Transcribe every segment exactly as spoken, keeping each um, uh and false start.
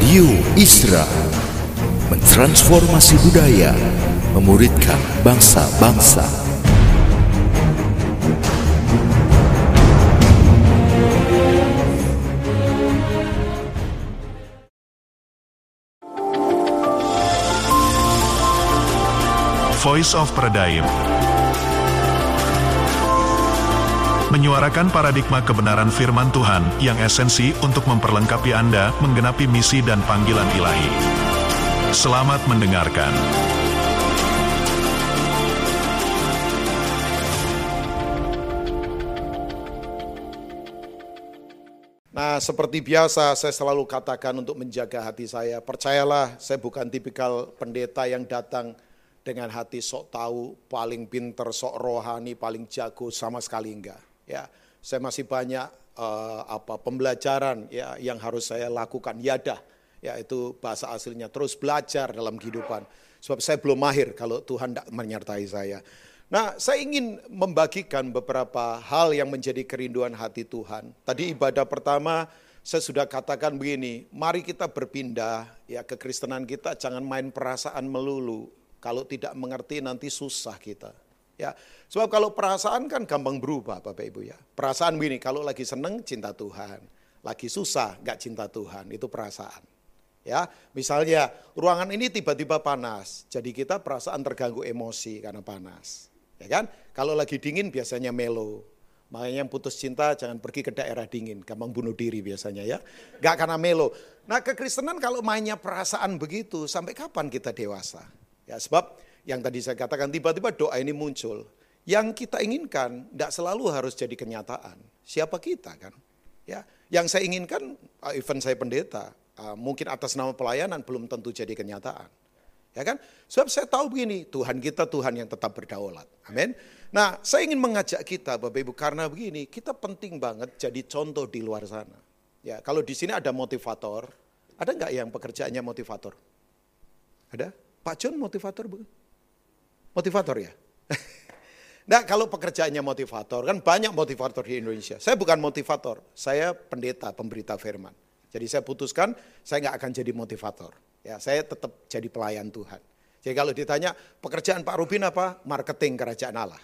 Radio Isra mentransformasi budaya, memuridkan bangsa-bangsa. Voice of Pradaim menyuarakan paradigma kebenaran firman Tuhan yang esensi untuk memperlengkapi Anda menggenapi misi dan panggilan ilahi. Selamat mendengarkan. Nah, seperti biasa saya selalu katakan untuk menjaga hati saya. Percayalah, saya bukan tipikal pendeta yang datang dengan hati sok tahu, paling pinter, sok rohani, paling jago, sama sekali enggak. Ya, saya masih banyak uh, apa pembelajaran ya yang harus saya lakukan. Yadah, yaitu bahasa aslinya terus belajar dalam kehidupan. Sebab saya belum mahir kalau Tuhan tidak menyertai saya. Nah, saya ingin membagikan beberapa hal yang menjadi kerinduan hati Tuhan. Tadi ibadah pertama saya sudah katakan begini, mari kita berpindah ya kekristenan kita, jangan main perasaan melulu. Kalau tidak mengerti nanti susah kita. Ya, sebab kalau perasaan kan gampang berubah Bapak Ibu ya. Perasaan begini, kalau lagi seneng cinta Tuhan, lagi susah gak cinta Tuhan, itu perasaan. Ya, misalnya ruangan ini tiba-tiba panas, jadi kita perasaan terganggu emosi karena panas. Ya kan? Kalau lagi dingin biasanya melo. Makanya yang putus cinta jangan pergi ke daerah dingin, gampang bunuh diri biasanya ya. Gak karena melo. Nah, kekristenan kalau mainnya perasaan begitu, sampai kapan kita dewasa? Ya, sebab yang tadi saya katakan tiba-tiba doa ini muncul. Yang kita inginkan tidak selalu harus jadi kenyataan. Siapa kita kan? Ya, yang saya inginkan, even saya pendeta, mungkin atas nama pelayanan belum tentu jadi kenyataan. Ya kan? Sebab saya tahu begini, Tuhan kita Tuhan yang tetap berdaulat. Amin. Nah, saya ingin mengajak kita Bapak Ibu karena begini, kita penting banget jadi contoh di luar sana. Ya, kalau di sini ada motivator, ada nggak yang pekerjaannya motivator? Ada? Pak John motivator bukan? Motivator ya? Nah, kalau pekerjaannya motivator, kan banyak motivator di Indonesia. Saya bukan motivator, saya pendeta, pemberita firman. Jadi saya putuskan, saya nggak akan jadi motivator. Ya, saya tetap jadi pelayan Tuhan. Jadi kalau ditanya, pekerjaan Pak Rubin apa? Marketing kerajaan Allah.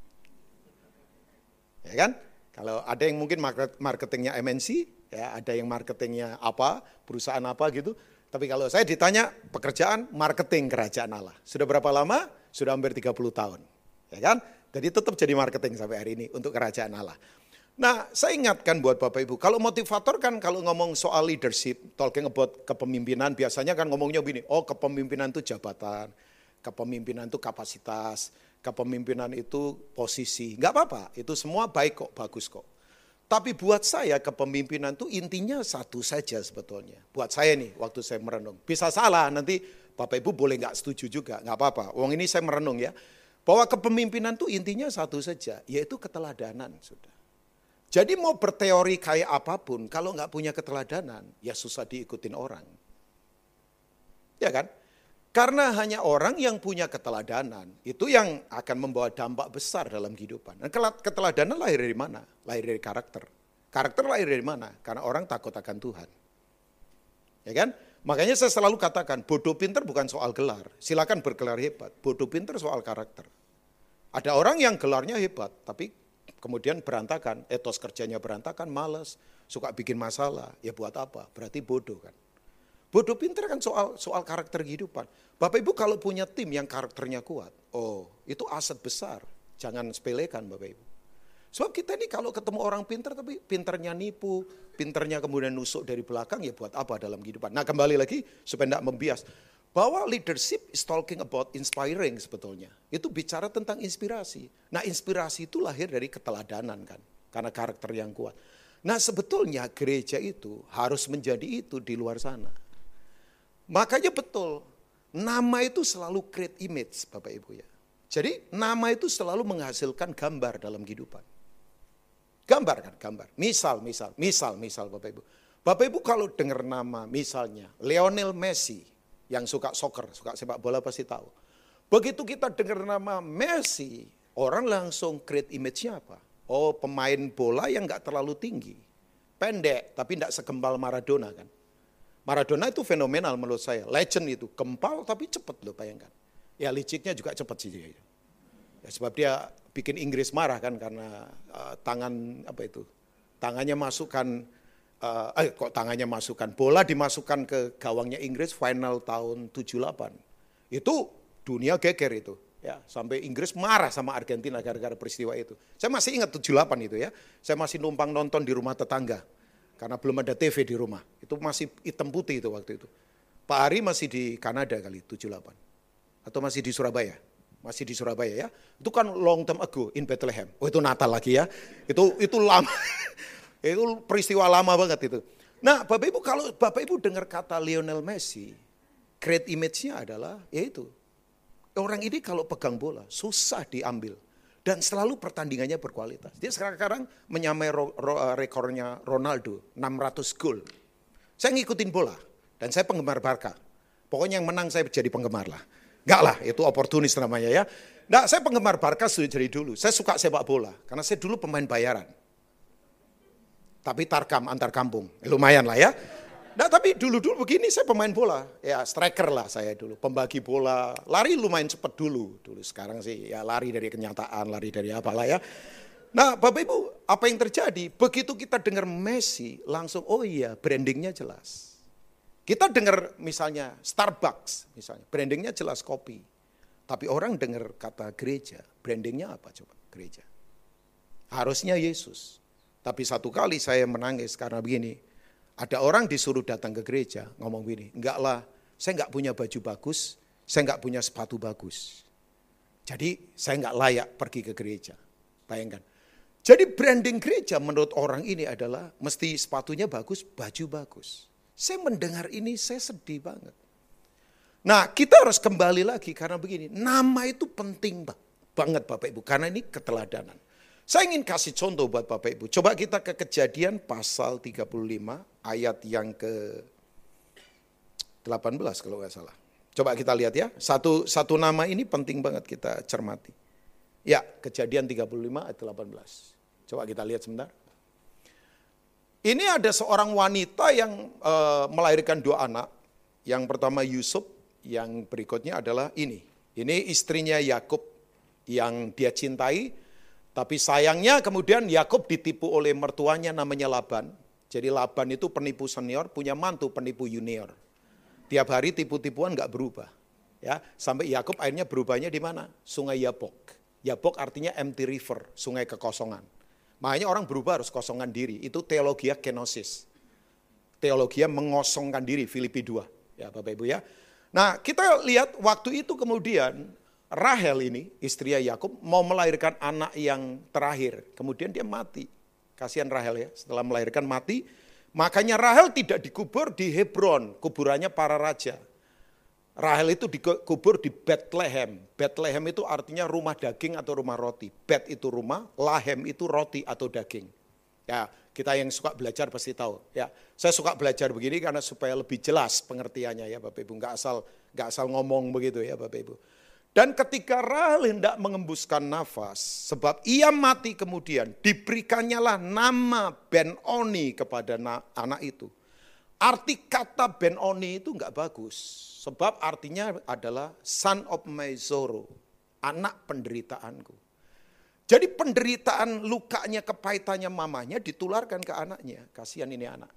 Ya kan? Kalau ada yang mungkin marketingnya M N C, ya ada yang marketingnya apa, perusahaan apa gitu. Tapi kalau saya ditanya pekerjaan marketing kerajaan Allah. Sudah berapa lama? Sudah hampir tiga puluh tahun. Ya kan? Jadi tetap jadi marketing sampai hari ini untuk kerajaan Allah. Nah, saya ingatkan buat Bapak Ibu, kalau motivator kan kalau ngomong soal leadership, talking about kepemimpinan, biasanya kan ngomongnya begini, oh kepemimpinan itu jabatan, kepemimpinan itu kapasitas, kepemimpinan itu posisi. Enggak apa-apa, itu semua baik kok, bagus kok. Tapi buat saya kepemimpinan itu intinya satu saja sebetulnya. Buat saya nih waktu saya merenung. Bisa salah nanti Bapak Ibu boleh gak setuju juga, gak apa-apa. Wong ini saya merenung ya. Bahwa kepemimpinan itu intinya satu saja, yaitu keteladanan sudah. Jadi mau berteori kayak apapun, kalau gak punya keteladanan, ya susah diikutin orang. Ya kan? Karena hanya orang yang punya keteladanan, itu yang akan membawa dampak besar dalam kehidupan. Dan keteladanan lahir dari mana? Lahir dari karakter. Karakter lahir dari mana? Karena orang takut akan Tuhan. Ya kan? Makanya saya selalu katakan, bodoh pinter bukan soal gelar. Silakan bergelar hebat. Bodoh pinter soal karakter. Ada orang yang gelarnya hebat, tapi kemudian berantakan. Etos kerjanya berantakan, malas, suka bikin masalah. Ya buat apa? Berarti bodoh kan. Bodoh pinter kan soal soal karakter kehidupan. Bapak Ibu kalau punya tim yang karakternya kuat, oh itu aset besar. Jangan sepelekan Bapak Ibu. Sebab kita ini kalau ketemu orang pinter tapi pinternya nipu, pinternya kemudian nusuk dari belakang, ya buat apa dalam kehidupan. Nah kembali lagi supaya tidak membias. Bahwa leadership is talking about inspiring sebetulnya. Itu bicara tentang inspirasi. Nah inspirasi itu lahir dari keteladanan kan. Karena karakter yang kuat. Nah sebetulnya gereja itu harus menjadi itu di luar sana. Makanya betul, nama itu selalu create image Bapak Ibu ya. Jadi nama itu selalu menghasilkan gambar dalam kehidupan. Gambar kan, gambar. Misal, misal, misal, misal Bapak Ibu. Bapak Ibu kalau dengar nama misalnya Lionel Messi, yang suka soccer, suka sepak bola pasti tahu. Begitu kita dengar nama Messi, orang langsung create image-nya apa? Oh pemain bola yang gak terlalu tinggi. Pendek, tapi tidak segembal Maradona kan. Maradona itu fenomenal menurut saya. Legend itu. Gempal tapi cepat loh, bayangkan. Ya liciknya juga cepat sih dia. Ya, sebab dia bikin Inggris marah kan karena uh, tangan apa itu? Tangannya masukkan uh, eh kok tangannya masukkan bola dimasukkan ke gawangnya Inggris final tahun tujuh puluh delapan. Itu dunia geger itu. Ya, sampai Inggris marah sama Argentina gara-gara peristiwa itu. Saya masih ingat tujuh puluh delapan itu ya. Saya masih numpang nonton di rumah tetangga. Karena belum ada T V di rumah. Itu masih hitam putih itu waktu itu. Pak Ari masih di Kanada kali tujuh puluh delapan. Atau masih di Surabaya. Masih di Surabaya ya. Itu kan long time ago in Bethlehem. Oh itu Natal lagi ya. Itu itu lama. Itu peristiwa lama banget itu. Nah Bapak Ibu kalau Bapak Ibu dengar kata Lionel Messi. Great image-nya adalah yaitu. Orang ini kalau pegang bola susah diambil. Dan selalu pertandingannya berkualitas. Dia sekarang menyamai ro, ro, rekornya Ronaldo, enam ratus gol. Saya ngikutin bola, dan saya penggemar Barca. Pokoknya yang menang saya jadi penggemar lah. Enggak lah, itu oportunis namanya ya. Nah, saya penggemar Barca sudah dari dulu. Saya suka sepak bola, karena saya dulu pemain bayaran. Tapi tarkam, antar kampung, lumayan lah ya. Nah tapi dulu-dulu begini saya pemain bola, ya striker lah saya dulu, pembagi bola, lari lumayan cepat dulu, dulu sekarang sih ya lari dari kenyataan, lari dari apalah ya. Nah Bapak Ibu, apa yang terjadi? Begitu kita dengar Messi, langsung oh iya brandingnya jelas. Kita dengar misalnya Starbucks, misalnya brandingnya jelas kopi. Tapi orang dengar kata gereja, brandingnya apa coba gereja? Harusnya Yesus. Tapi satu kali saya menangis karena begini. Ada orang disuruh datang ke gereja, ngomong begini, enggak lah, saya enggak punya baju bagus, saya enggak punya sepatu bagus. Jadi saya enggak layak pergi ke gereja. Bayangkan. Jadi branding gereja menurut orang ini adalah mesti sepatunya bagus, baju bagus. Saya mendengar ini, saya sedih banget. Nah kita harus kembali lagi karena begini, nama itu penting banget Bapak Ibu, karena ini keteladanan. Saya ingin kasih contoh buat Bapak Ibu. Coba kita ke Kejadian pasal tiga puluh lima ayat yang ke delapan belas kalau nggak salah. Coba kita lihat ya. Satu satu nama ini penting banget kita cermati. Ya, Kejadian tiga puluh lima ayat delapan belas. Coba kita lihat sebentar. Ini ada seorang wanita yang uh, melahirkan dua anak. Yang pertama Yusuf, yang berikutnya adalah ini. Ini istrinya Yakub yang dia cintai. Tapi sayangnya kemudian Yakub ditipu oleh mertuanya namanya Laban. Jadi Laban itu penipu senior, punya mantu penipu junior. Tiap hari tipu-tipuan nggak berubah. Ya, sampai Yakub akhirnya berubahnya di mana? Sungai Yabok. Yabok artinya empty river, sungai kekosongan. Makanya orang berubah harus kosongan diri. Itu teologia kenosis. Teologia mengosongkan diri, Filipi dua. Ya Bapak Ibu ya. Nah kita lihat waktu itu kemudian Rahel ini, istri Yakub mau melahirkan anak yang terakhir. Kemudian dia mati. Kasihan Rahel ya, setelah melahirkan mati. Makanya Rahel tidak dikubur di Hebron, kuburannya para raja. Rahel itu dikubur di Bethlehem. Bethlehem itu artinya rumah daging atau rumah roti. Bet itu rumah, lahem itu roti atau daging. Ya, kita yang suka belajar pasti tahu. Ya, saya suka belajar begini karena supaya lebih jelas pengertiannya ya Bapak Ibu. Nggak asal, nggak asal ngomong begitu ya Bapak Ibu. Dan ketika Rahel hendak mengembuskan nafas, sebab ia mati kemudian, diberikannya lah nama Ben-Oni kepada anak itu. Arti kata Ben-Oni itu enggak bagus, sebab artinya adalah son of my sorrow, anak penderitaanku. Jadi penderitaan lukanya, kepahitannya mamanya ditularkan ke anaknya, kasihan ini anak.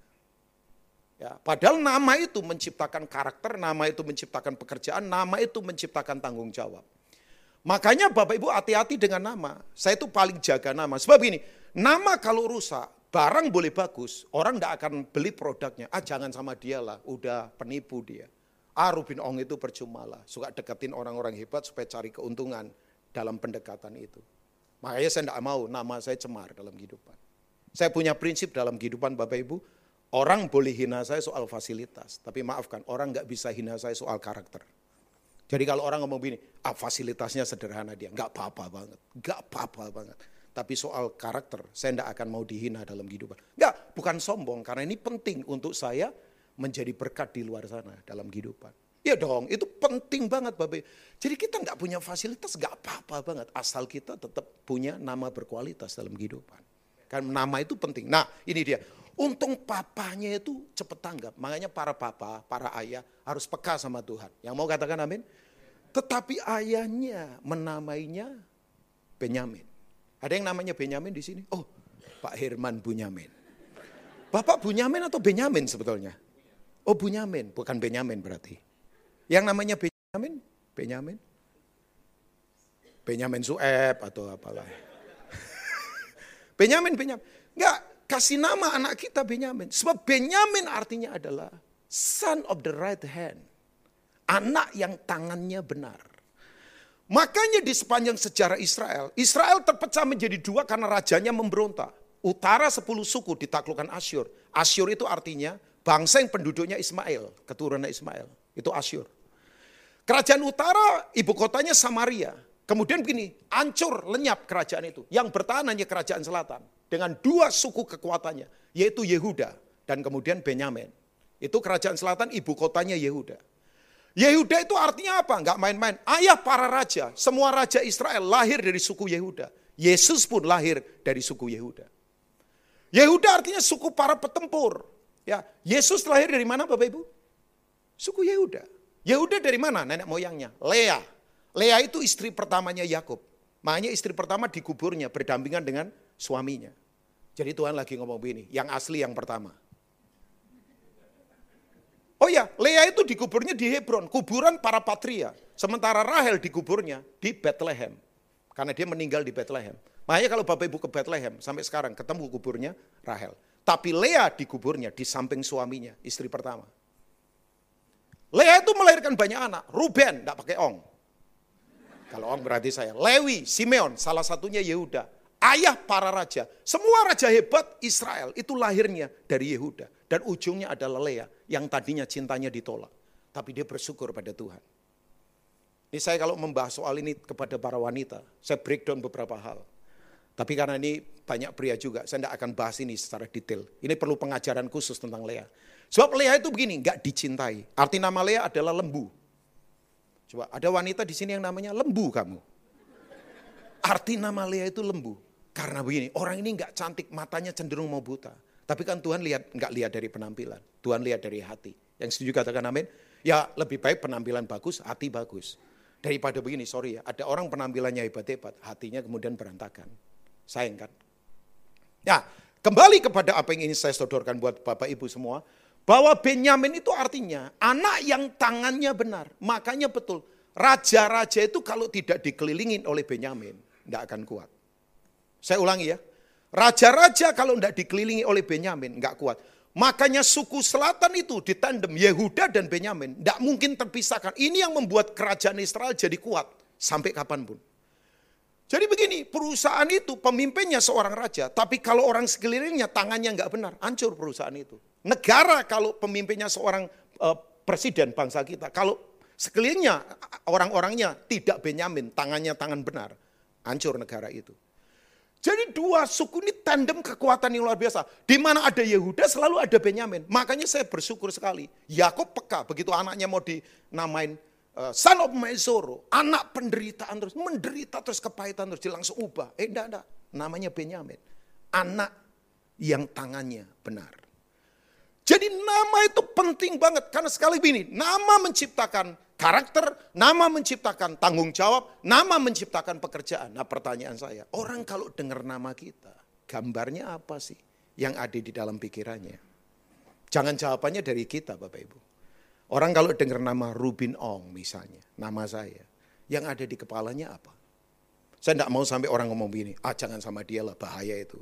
Ya, padahal nama itu menciptakan karakter, nama itu menciptakan pekerjaan, nama itu menciptakan tanggung jawab. Makanya Bapak Ibu hati-hati dengan nama. Saya itu paling jaga nama. Sebab ini, nama kalau rusak, barang boleh bagus, orang tidak akan beli produknya. Ah jangan sama dia lah, udah penipu dia. Ah Rubin Ong itu percuma lah, suka deketin orang-orang hebat supaya cari keuntungan dalam pendekatan itu. Makanya saya tidak mau nama saya cemar dalam kehidupan. Saya punya prinsip dalam kehidupan Bapak Ibu, orang boleh hina saya soal fasilitas, tapi maafkan, orang nggak bisa hina saya soal karakter. Jadi kalau orang ngomong begini, ah fasilitasnya sederhana dia, nggak apa-apa banget, nggak apa-apa banget. Tapi soal karakter, saya nggak akan mau dihina dalam kehidupan. Nggak, bukan sombong, karena ini penting untuk saya menjadi berkat di luar sana dalam kehidupan. Ya dong, itu penting banget Bapak. Jadi kita nggak punya fasilitas, nggak apa-apa banget, asal kita tetap punya nama berkualitas dalam kehidupan. Kan nama itu penting. Nah ini dia. Untung papanya itu cepat tanggap. Makanya para papa, para ayah harus peka sama Tuhan. Yang mau katakan amin? Tetapi ayahnya menamainya Benyamin. Ada yang namanya Benyamin di sini? Oh, Pak Herman Bunyamin. Bapak Bunyamin atau Benyamin sebetulnya? Oh, Bunyamin, bukan Benyamin berarti. Yang namanya Benyamin? Benyamin? Benyamin Sueb atau apalah. Benyamin, Benyamin. Enggak, kasih nama anak kita Benyamin. Sebab Benyamin artinya adalah son of the right hand. Anak yang tangannya benar. Makanya di sepanjang sejarah Israel, Israel terpecah menjadi dua karena rajanya memberontak. Utara sepuluh suku ditaklukkan Asyur. Asyur itu artinya bangsa yang penduduknya Ismail, keturunan Ismail. Itu Asyur. Kerajaan utara ibu kotanya Samaria. Kemudian begini, hancur, lenyap kerajaan itu. Yang bertahan hanya kerajaan selatan. Dengan dua suku kekuatannya, yaitu Yehuda dan kemudian Benyamin. Itu kerajaan selatan, ibu kotanya Yehuda. Yehuda itu artinya apa? Enggak main-main. Ayah para raja, semua raja Israel lahir dari suku Yehuda. Yesus pun lahir dari suku Yehuda. Yehuda artinya suku para petempur. Ya, Yesus lahir dari mana Bapak Ibu? Suku Yehuda. Yehuda dari mana? Nenek moyangnya. Lea. Lea itu istri pertamanya Yakub. Makanya istri pertama dikuburnya berdampingan dengan suaminya. Jadi Tuhan lagi ngomong begini, yang asli yang pertama. Oh ya, Lea itu dikuburnya di Hebron, kuburan para patria. Sementara Rahel dikuburnya di Bethlehem. Karena dia meninggal di Bethlehem. Makanya kalau Bapak Ibu ke Bethlehem, sampai sekarang ketemu kuburnya Rahel. Tapi Lea dikuburnya di samping suaminya, istri pertama. Lea itu melahirkan banyak anak. Ruben, tidak pakai ong. Kalau ong berarti saya. Lewi, Simeon, salah satunya Yehuda. Ayah para raja. Semua raja hebat Israel itu lahirnya dari Yehuda. Dan ujungnya adalah Lea yang tadinya cintanya ditolak. Tapi dia bersyukur pada Tuhan. Ini saya kalau membahas soal ini kepada para wanita, saya breakdown beberapa hal. Tapi karena ini banyak pria juga, saya tidak akan bahas ini secara detail. Ini perlu pengajaran khusus tentang Lea. Sebab Lea itu begini, enggak dicintai. Arti nama Lea adalah lembu. Coba ada wanita di sini yang namanya lembu kamu. Arti nama Lea itu lembu. Karena begini, orang ini enggak cantik, matanya cenderung mau buta. Tapi kan Tuhan lihat enggak lihat dari penampilan. Tuhan lihat dari hati. Yang setuju katakan amin. Ya lebih baik penampilan bagus, hati bagus. Daripada begini, sorry ya, ada orang penampilannya hebat-hebat, hatinya kemudian berantakan. Sayang kan? Ya, kembali kepada apa yang ingin saya sodorkan buat Bapak Ibu semua. Bahwa Benyamin itu artinya anak yang tangannya benar. Makanya betul, raja-raja itu kalau tidak dikelilingin oleh Benyamin, tidak akan kuat. Saya ulangi ya, raja-raja kalau tidak dikelilingi oleh Benyamin, nggak kuat. Makanya suku selatan itu ditandem Yehuda dan Benyamin, tidak mungkin terpisahkan. Ini yang membuat kerajaan Israel jadi kuat sampai kapanpun. Jadi begini, perusahaan itu pemimpinnya seorang raja, tapi kalau orang sekelilingnya tangannya nggak benar, hancur perusahaan itu. Negara kalau pemimpinnya seorang uh, presiden bangsa kita, kalau sekelilingnya orang-orangnya tidak Benyamin, tangannya tangan benar, hancur negara itu. Jadi dua suku ini tandem kekuatan yang luar biasa. Di mana ada Yehuda selalu ada Benyamin. Makanya saya bersyukur sekali. Yakub peka begitu anaknya mau dinamain uh, son of my sorrow, anak penderitaan terus, menderita terus kepahitan terus, dia langsung ubah. Eh enggak, enggak. Namanya Benyamin. Anak yang tangannya benar. Jadi nama itu penting banget. Karena sekali begini, nama menciptakan karakter, nama menciptakan tanggung jawab, nama menciptakan pekerjaan. Nah pertanyaan saya, orang kalau dengar nama kita, gambarnya apa sih yang ada di dalam pikirannya? Jangan jawabannya dari kita Bapak Ibu. Orang kalau dengar nama Rubin Ong misalnya, nama saya, yang ada di kepalanya apa? Saya tidak mau sampai orang ngomong begini, ah jangan sama dia lah, bahaya itu.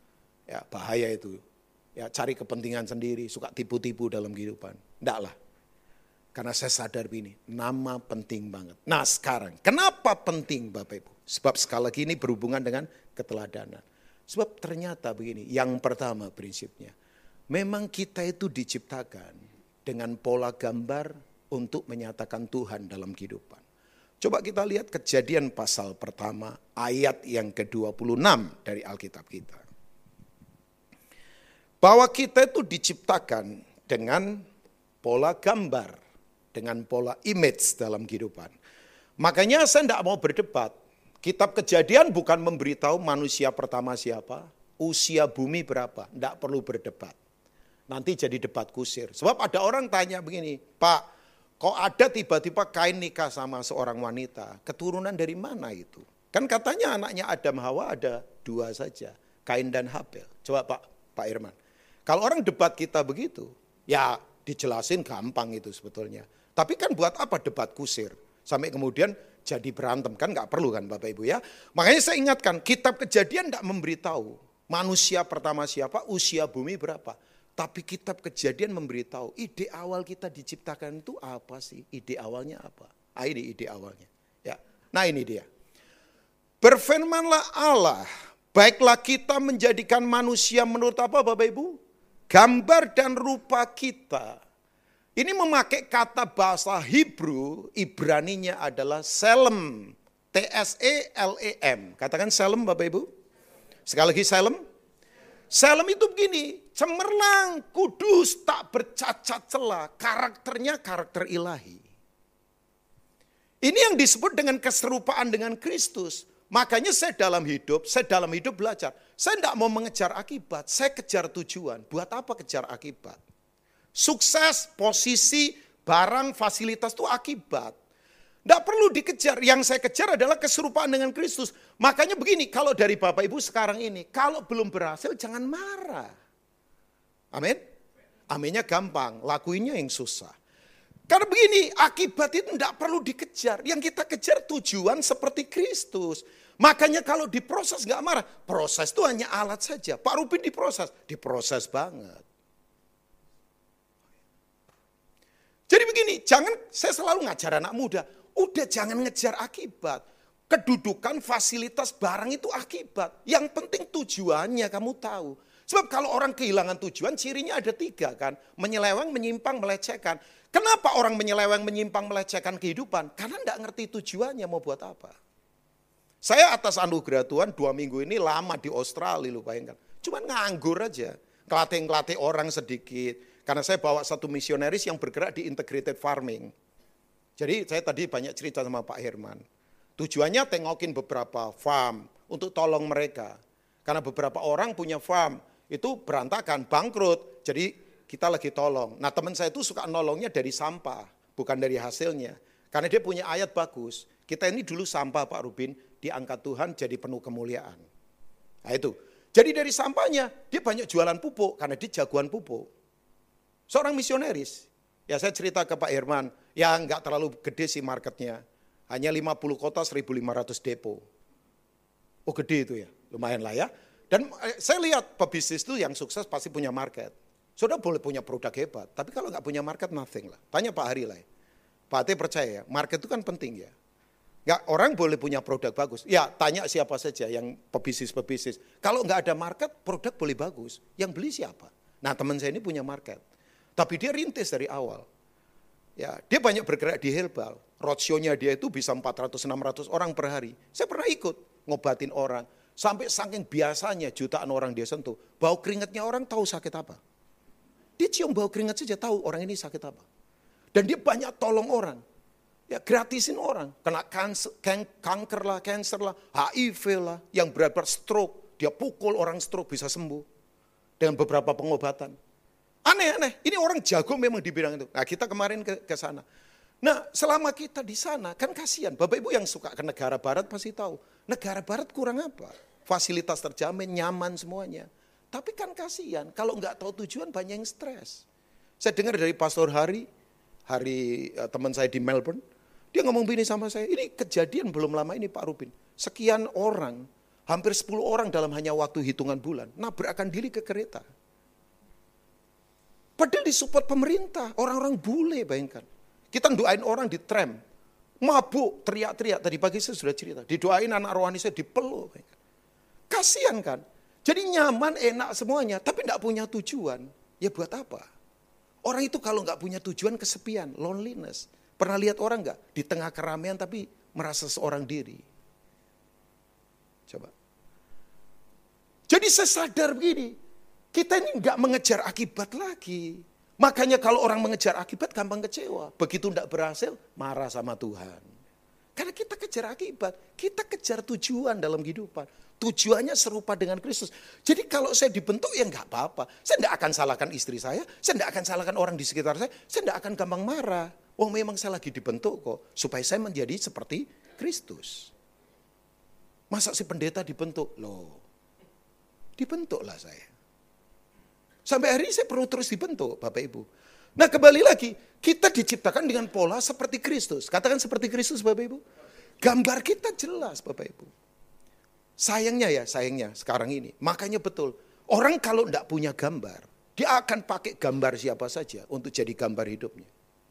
Ya bahaya itu. Ya cari kepentingan sendiri, suka tipu-tipu dalam kehidupan. Tidak lah. Karena saya sadar begini, nama penting banget. Nah sekarang, kenapa penting Bapak Ibu? Sebab sekali lagi ini berhubungan dengan keteladanan. Sebab ternyata begini, yang pertama prinsipnya. Memang kita itu diciptakan dengan pola gambar untuk menyatakan Tuhan dalam kehidupan. Coba kita lihat Kejadian pasal pertama, ayat yang ke dua puluh enam dari Alkitab kita. Bahwa kita itu diciptakan dengan pola gambar, dengan pola image dalam kehidupan. Makanya saya tidak mau berdebat. Kitab Kejadian bukan memberitahu manusia pertama siapa, usia bumi berapa. Tidak perlu berdebat. nanti jadi debat kusir. Sebab ada orang tanya begini, Pak, kok ada tiba-tiba Kain nikah sama seorang wanita, keturunan dari mana itu? Kan katanya anaknya Adam Hawa ada dua saja, Kain dan Habel. Coba Pak, Pak Irman. Kalau orang debat kita begitu, ya dijelasin gampang itu sebetulnya. Tapi kan buat apa debat kusir? Sampai kemudian jadi berantem, kan nggak perlu kan Bapak Ibu ya. Makanya saya ingatkan, kitab Kejadian tidak memberitahu manusia pertama siapa, usia bumi berapa. Tapi kitab Kejadian memberitahu ide awal kita diciptakan itu apa sih? Ide awalnya apa? Ah, ini ide awalnya. Ya. Nah ini dia. Berfirmanlah Allah, baiklah kita menjadikan manusia menurut apa Bapak Ibu? Gambar dan rupa kita. Ini memakai kata bahasa Hebrew, Ibraninya adalah Selem. T S E L E M. Katakan Selem Bapak Ibu. Sekali lagi Selem. Selem itu begini, cemerlang, kudus, tak bercacat celah. Karakternya karakter ilahi. Ini yang disebut dengan keserupaan dengan Kristus. Makanya saya dalam hidup, saya dalam hidup belajar. Saya tidak mau mengejar akibat, saya kejar tujuan. Buat apa kejar akibat? Sukses, posisi, barang, fasilitas itu akibat. Tidak perlu dikejar, yang saya kejar adalah keserupaan dengan Kristus. Makanya begini, kalau dari Bapak Ibu sekarang ini, kalau belum berhasil jangan marah. Amin? Aminnya gampang, lakuinnya yang susah. Karena begini, akibat itu tidak perlu dikejar. Yang kita kejar tujuan seperti Kristus. Makanya kalau diproses nggak marah, proses itu hanya alat saja. Pak Rubin diproses, diproses banget. Jadi begini, jangan, saya selalu ngajar anak muda, udah jangan ngejar akibat. Kedudukan, fasilitas, barang itu akibat. Yang penting tujuannya kamu tahu. Sebab kalau orang kehilangan tujuan, cirinya ada tiga kan. Menyeleweng, menyimpang, melecehkan. Kenapa orang menyeleweng, menyimpang, melecehkan kehidupan? Karena enggak ngerti tujuannya mau buat apa. Saya atas anugerah Tuhan dua minggu ini lama di Australia, lu bayangkan. Cuman nganggur aja. Kelatih-kelatih orang sedikit. Karena saya bawa satu misionaris yang bergerak di integrated farming. Jadi saya tadi banyak cerita sama Pak Herman. Tujuannya tengokin beberapa farm untuk tolong mereka. Karena beberapa orang punya farm itu berantakan, bangkrut. Jadi kita lagi tolong. Nah teman saya itu suka nolongnya dari sampah, bukan dari hasilnya. Karena dia punya ayat bagus. Kita ini dulu sampah Pak Rubin, diangkat Tuhan jadi penuh kemuliaan. Nah itu. Jadi dari sampahnya dia banyak jualan pupuk karena dia jagoan pupuk. Seorang misionaris, ya saya cerita ke Pak Herman, ya nggak terlalu gede sih marketnya. Hanya lima puluh kota, seribu lima ratus depo. Oh gede itu ya, lumayan lah ya. Dan saya lihat pebisnis itu yang sukses pasti punya market. Saudara boleh punya produk hebat, tapi kalau nggak punya market nothing lah. Tanya Pak Hari lah ya. Pak Ate percaya ya, market itu kan penting ya. Nggak, orang boleh punya produk bagus. Ya tanya siapa saja yang pebisnis-pebisnis. Kalau nggak ada market, produk boleh bagus. Yang beli siapa? Nah teman saya ini punya market. Tapi dia rintis dari awal. Ya, dia banyak bergerak di herbal. Roadshow-nya dia itu bisa empat ratus sampai enam ratus orang per hari. Saya pernah ikut ngobatin orang. Sampai saking biasanya jutaan orang dia sentuh. Bau keringatnya orang tahu sakit apa. Dia cium bau keringat saja tahu orang ini sakit apa. Dan dia banyak tolong orang. Ya gratisin orang. Kena kanker, kanker lah, cancer lah, H I V lah. Yang berat-berat stroke. Dia pukul orang stroke bisa sembuh. Dengan beberapa pengobatan. Aneh-aneh, ini orang jago memang di bidang itu. Nah kita kemarin ke, ke sana. Nah selama kita di sana kan kasihan. Bapak Ibu yang suka ke negara barat pasti tahu. Negara barat kurang apa? Fasilitas terjamin, nyaman semuanya. Tapi kan kasihan, kalau nggak tahu tujuan banyak yang stres. Saya dengar dari Pastor Hari, Hari teman saya di Melbourne. Dia ngomong begini sama saya, ini kejadian belum lama ini Pak Rubin. Sekian orang, hampir sepuluh orang dalam hanya waktu hitungan bulan. Nabrakan diri ke kereta. Padahal disupport pemerintah, orang-orang bule bayangkan. Kita doain orang di tram, mabuk, teriak-teriak. Tadi pagi saya sudah cerita, didoain anak rohani saya dipeluk. Kasian kan? Jadi nyaman, enak semuanya, tapi tidak punya tujuan. Ya buat apa? Orang itu kalau nggak punya tujuan kesepian, loneliness. Pernah lihat orang nggak? Di tengah keramaian tapi merasa seorang diri. Coba. Jadi saya sadar begini. Kita ini nggak mengejar akibat lagi. Makanya kalau orang mengejar akibat gampang kecewa. Begitu tidak berhasil, marah sama Tuhan. Karena kita kejar akibat, kita kejar tujuan dalam kehidupan. Tujuannya serupa dengan Kristus. Jadi kalau saya dibentuk ya nggak apa-apa. Saya nggak akan salahkan istri saya, saya nggak akan salahkan orang di sekitar saya, saya nggak akan gampang marah. Oh memang saya lagi dibentuk kok, supaya saya menjadi seperti Kristus. Masa si pendeta dibentuk? Loh, dibentuklah saya. Sampai hari ini saya perlu terus dibentuk, Bapak Ibu. Nah kembali lagi, kita diciptakan dengan pola seperti Kristus. Katakan seperti Kristus, Bapak Ibu. Gambar kita jelas, Bapak Ibu. Sayangnya ya, sayangnya sekarang ini. Makanya betul, orang kalau tidak punya gambar, dia akan pakai gambar siapa saja untuk jadi gambar hidupnya.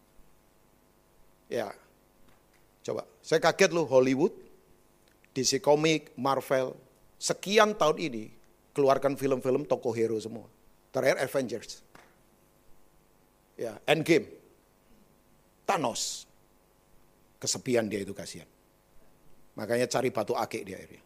Ya, coba. Saya kaget loh, Hollywood, D C Comics, Marvel, sekian tahun ini keluarkan film-film tokoh hero semua. Terakhir Avengers. Ya, Endgame. Thanos. Kesepian dia itu, kasihan. Makanya cari batu akik dia akhirnya.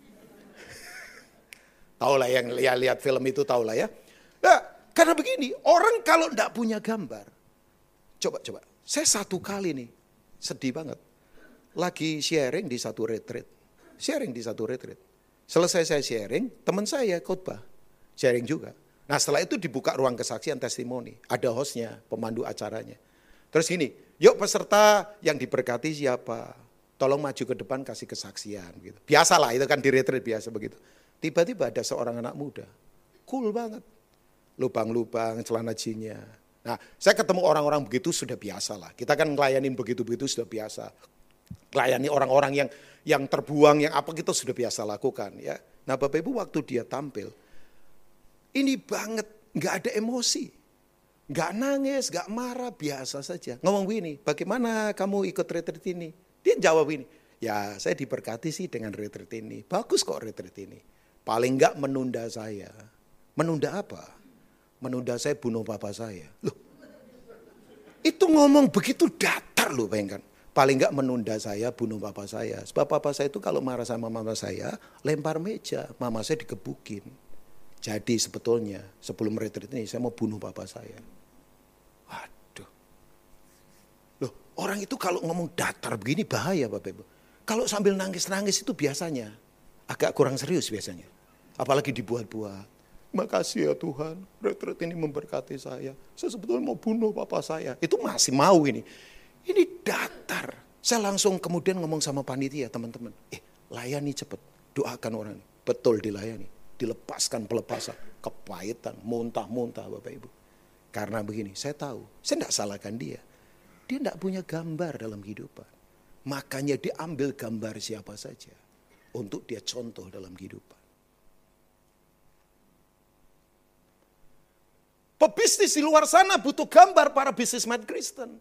Tahu lah yang lihat film itu, tahu lah ya. Nah, karena begini, orang kalau tidak punya gambar. Coba, coba. Saya satu kali nih, sedih banget. Lagi sharing di satu retreat. Sharing di satu retreat. Selesai saya sharing, teman saya khotbah. Sharing juga. Nah setelah itu dibuka ruang kesaksian testimoni. Ada hostnya, pemandu acaranya. Terus gini, yuk peserta yang diberkati siapa? Tolong maju ke depan kasih kesaksian. Gitu. Biasalah, itu kan di retreat biasa begitu. Tiba-tiba ada seorang anak muda, cool banget. Lubang-lubang, celana jinnya. Nah saya ketemu orang-orang begitu sudah biasa lah. Kita kan ngelayanin begitu-begitu sudah biasa. Melayani orang-orang yang yang terbuang, yang apa kita sudah biasa lakukan. Ya. Nah Bapak Ibu waktu dia tampil, ini banget, gak ada emosi. Gak nangis, gak marah, biasa saja. Ngomong begini, bagaimana kamu ikut retreat ini? Dia jawab ini, ya saya diberkati sih dengan retreat ini. Bagus kok retreat ini. Paling gak menunda saya. Menunda apa? Menunda saya bunuh papa saya. Loh, itu ngomong begitu datar loh, bayangkan. Paling gak menunda saya bunuh papa saya. Sebab papa saya itu kalau marah sama mama saya, lempar meja. Mama saya digebukin. Jadi sebetulnya sebelum retreat ini saya mau bunuh papa saya. Waduh. Loh, orang itu kalau ngomong datar begini bahaya Bapak Ibu. Kalau sambil nangis-nangis itu biasanya agak kurang serius biasanya. Apalagi dibuat-buat. Makasih ya Tuhan, retreat ini memberkati saya. Saya sebetulnya mau bunuh papa saya. Itu masih mau ini. Ini datar. Saya langsung kemudian ngomong sama panitia teman-teman. Eh layani cepet, doakan orang ini. Betul dilayani. Dilepaskan pelepasan, kepahitan, muntah-muntah Bapak Ibu. Karena begini, saya tahu, saya tidak salahkan dia. Dia tidak punya gambar dalam kehidupan. Makanya dia ambil gambar siapa saja untuk dia contoh dalam kehidupan. Pebisnis di luar sana butuh gambar para bisnismen Kristen.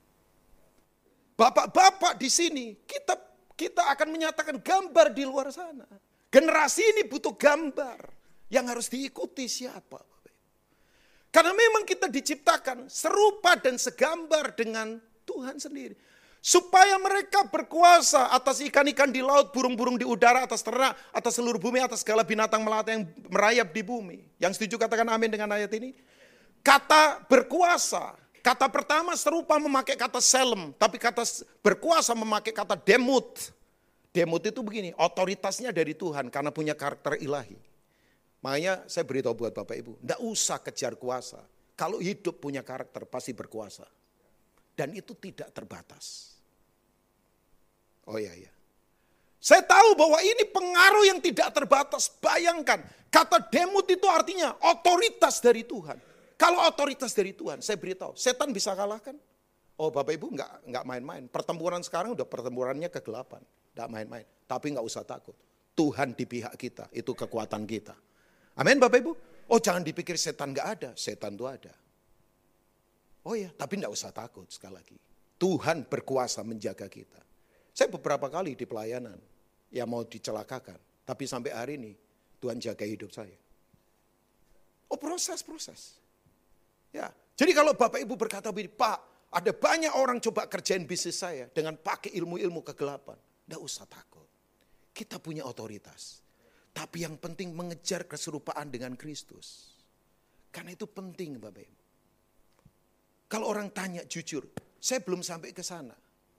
Bapak-bapak di sini, kita kita akan menyatakan gambar di luar sana. Generasi ini butuh gambar yang harus diikuti siapa? Karena memang kita diciptakan serupa dan segambar dengan Tuhan sendiri. Supaya mereka berkuasa atas ikan-ikan di laut, burung-burung di udara, atas ternak, atas seluruh bumi, atas segala binatang melata yang merayap di bumi. Yang setuju katakan amin dengan ayat ini. Kata berkuasa, kata pertama serupa memakai kata selem, tapi kata berkuasa memakai kata demut. Demut itu begini, otoritasnya dari Tuhan karena punya karakter ilahi. Makanya saya beritahu buat Bapak Ibu, tidak usah kejar kuasa. Kalau hidup punya karakter pasti berkuasa. Dan itu tidak terbatas. Oh iya, iya. Saya tahu bahwa ini pengaruh yang tidak terbatas. Bayangkan, kata demut itu artinya otoritas dari Tuhan. Kalau otoritas dari Tuhan, saya beritahu, setan bisa kalahkan. Oh Bapak Ibu enggak, enggak main-main. Pertempuran sekarang udah pertempurannya kegelapan. Enggak main-main. Tapi enggak usah takut. Tuhan di pihak kita, itu kekuatan kita. Amin Bapak Ibu. Oh jangan dipikir setan enggak ada, setan itu ada. Oh ya, tapi enggak usah takut sekali lagi. Tuhan berkuasa menjaga kita. Saya beberapa kali di pelayanan, ya mau dicelakakan. Tapi sampai hari ini, Tuhan jaga hidup saya. Oh proses-proses. Ya, jadi kalau Bapak Ibu berkata begini, Pak, ada banyak orang coba kerjain bisnis saya dengan pakai ilmu-ilmu kegelapan. Enggak usah takut. Kita punya otoritas. Tapi yang penting mengejar keserupaan dengan Kristus. Karena itu penting Bapak Ibu. Kalau orang tanya jujur, saya belum sampai ke sana.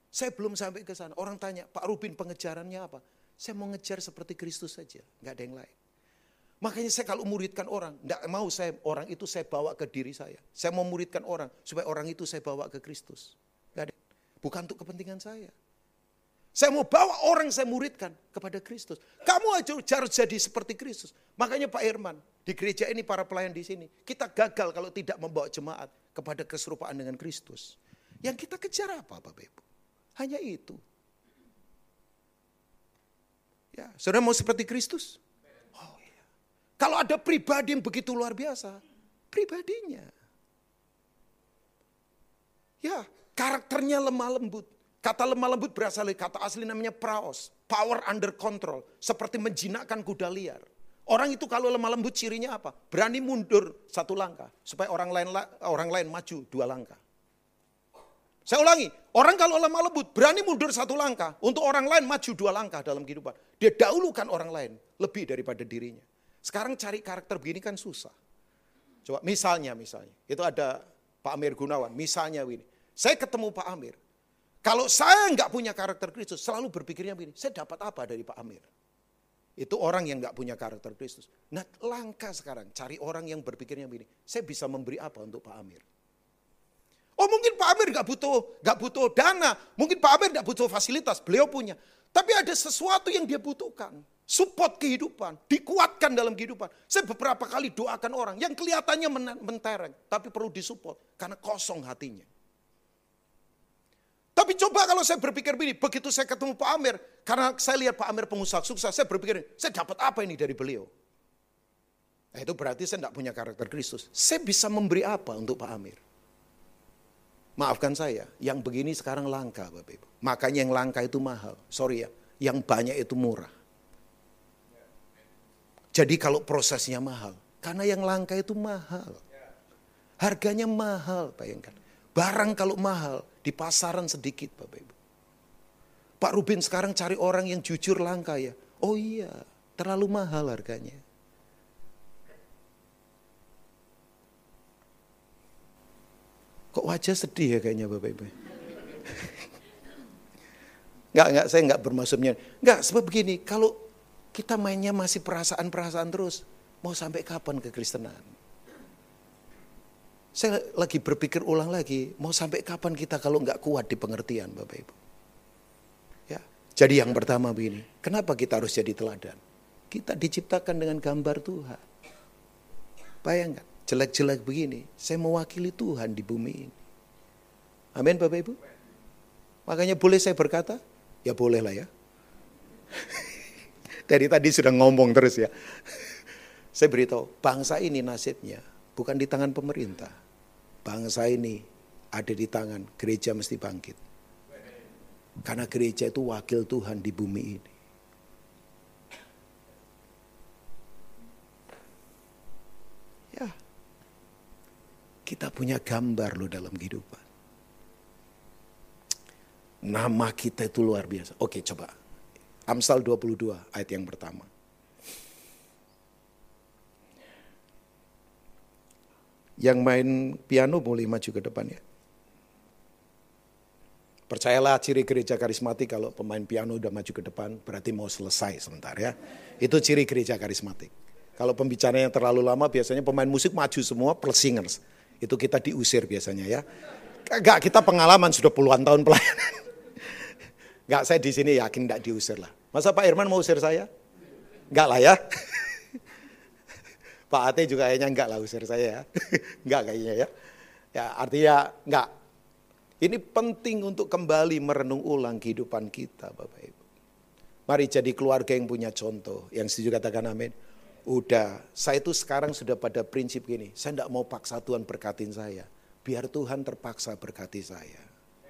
Saya belum sampai ke sana. Orang tanya, Pak Rubin pengejarannya apa? Saya mau ngejar seperti Kristus saja, nggak ada yang lain. Makanya saya kalau muridkan orang, nggak mau saya orang itu saya bawa ke diri saya. Saya mau muridkan orang supaya orang itu saya bawa ke Kristus. Nggak ada. Bukan untuk kepentingan saya. Saya mau bawa orang saya muridkan kepada Kristus. Kamu aja harus jadi seperti Kristus. Makanya Pak Herman, di gereja ini para pelayan di sini, kita gagal kalau tidak membawa jemaat kepada keserupaan dengan Kristus. Yang kita kejar apa Bapak Ibu? Hanya itu. Ya, saudara mau seperti Kristus? Oh iya. Kalau ada pribadi yang begitu luar biasa, pribadinya. Ya, karakternya lemah lembut. Kata lemah lembut berasal dari kata asli namanya praos. Power under control. Seperti menjinakkan kuda liar. Orang itu kalau lemah lembut cirinya apa? Berani mundur satu langkah. Supaya orang lain orang lain maju dua langkah. Saya ulangi. Orang kalau lemah lembut berani mundur satu langkah. Untuk orang lain maju dua langkah dalam kehidupan. Dia dahulukan orang lain lebih daripada dirinya. Sekarang cari karakter begini kan susah. Coba misalnya, misalnya. Itu ada Pak Amir Gunawan. Misalnya ini. Saya ketemu Pak Amir. Kalau saya nggak punya karakter Kristus, selalu berpikirnya begini, saya dapat apa dari Pak Amir? Itu orang yang nggak punya karakter Kristus. Nah langkah sekarang, cari orang yang berpikirnya begini, saya bisa memberi apa untuk Pak Amir? Oh mungkin Pak Amir nggak butuh, nggak butuh dana, mungkin Pak Amir nggak butuh fasilitas, beliau punya. Tapi ada sesuatu yang dia butuhkan, support kehidupan, dikuatkan dalam kehidupan. Saya beberapa kali doakan orang yang kelihatannya mentereng, tapi perlu disupport karena kosong hatinya. Tapi coba kalau saya berpikir begini, begitu saya ketemu Pak Amir, karena saya lihat Pak Amir pengusaha sukses, saya berpikir, saya dapat apa ini dari beliau? Nah, itu berarti saya tidak punya karakter Kristus. Saya bisa memberi apa untuk Pak Amir? Maafkan saya, yang begini sekarang langka Bapak Ibu. Makanya yang langka itu mahal, sorry ya, yang banyak itu murah. Jadi kalau prosesnya mahal, karena yang langka itu mahal. Harganya mahal, bayangkan. Barang kalau mahal, di pasaran sedikit Bapak Ibu. Pak Rubin sekarang cari orang yang jujur langka ya. Oh iya, terlalu mahal harganya. Kok wajah sedih ya kayaknya Bapak Ibu. Enggak, enggak, saya enggak bermaksudnya. Enggak, sebab begini, kalau kita mainnya masih perasaan-perasaan terus, mau sampai kapan kekristenan? Saya lagi berpikir ulang lagi, mau sampai kapan kita kalau nggak kuat di pengertian Bapak Ibu. Ya, jadi yang pertama begini, kenapa kita harus jadi teladan? Kita diciptakan dengan gambar Tuhan. Bayangkan, jelek-jelek begini, saya mewakili Tuhan di bumi ini. Amin Bapak Ibu. Makanya boleh saya berkata? Ya boleh lah ya. Dari tadi sudah ngomong terus ya. Saya beritahu, bangsa ini nasibnya bukan di tangan pemerintah. Bangsa ini ada di tangan gereja mesti bangkit. Karena gereja itu wakil Tuhan di bumi ini. Ya, kita punya gambar loh dalam kehidupan. Nama kita itu luar biasa. Oke coba, Amsal dua puluh dua ayat yang pertama. Yang main piano boleh maju ke depan ya. Percayalah ciri gereja karismatik kalau pemain piano udah maju ke depan berarti mau selesai sebentar ya. Itu ciri gereja karismatik. Kalau pembicaranya terlalu lama biasanya pemain musik maju semua plus singers. Itu kita diusir biasanya ya. Enggak, kita pengalaman sudah puluhan tahun pelayanan. Enggak, saya di sini yakin enggak diusir lah. Masa Pak Herman mau usir saya? Enggak lah ya. Pak Ate juga kayaknya enggak lah usir saya ya. Enggak kayaknya ya. Ya artinya enggak. Ini penting untuk kembali merenung ulang kehidupan kita Bapak Ibu. Mari jadi keluarga yang punya contoh. Yang setuju katakan amin. Udah, saya itu sekarang sudah pada prinsip gini. Saya enggak mau paksa Tuhan berkatin saya. Biar Tuhan terpaksa berkati saya.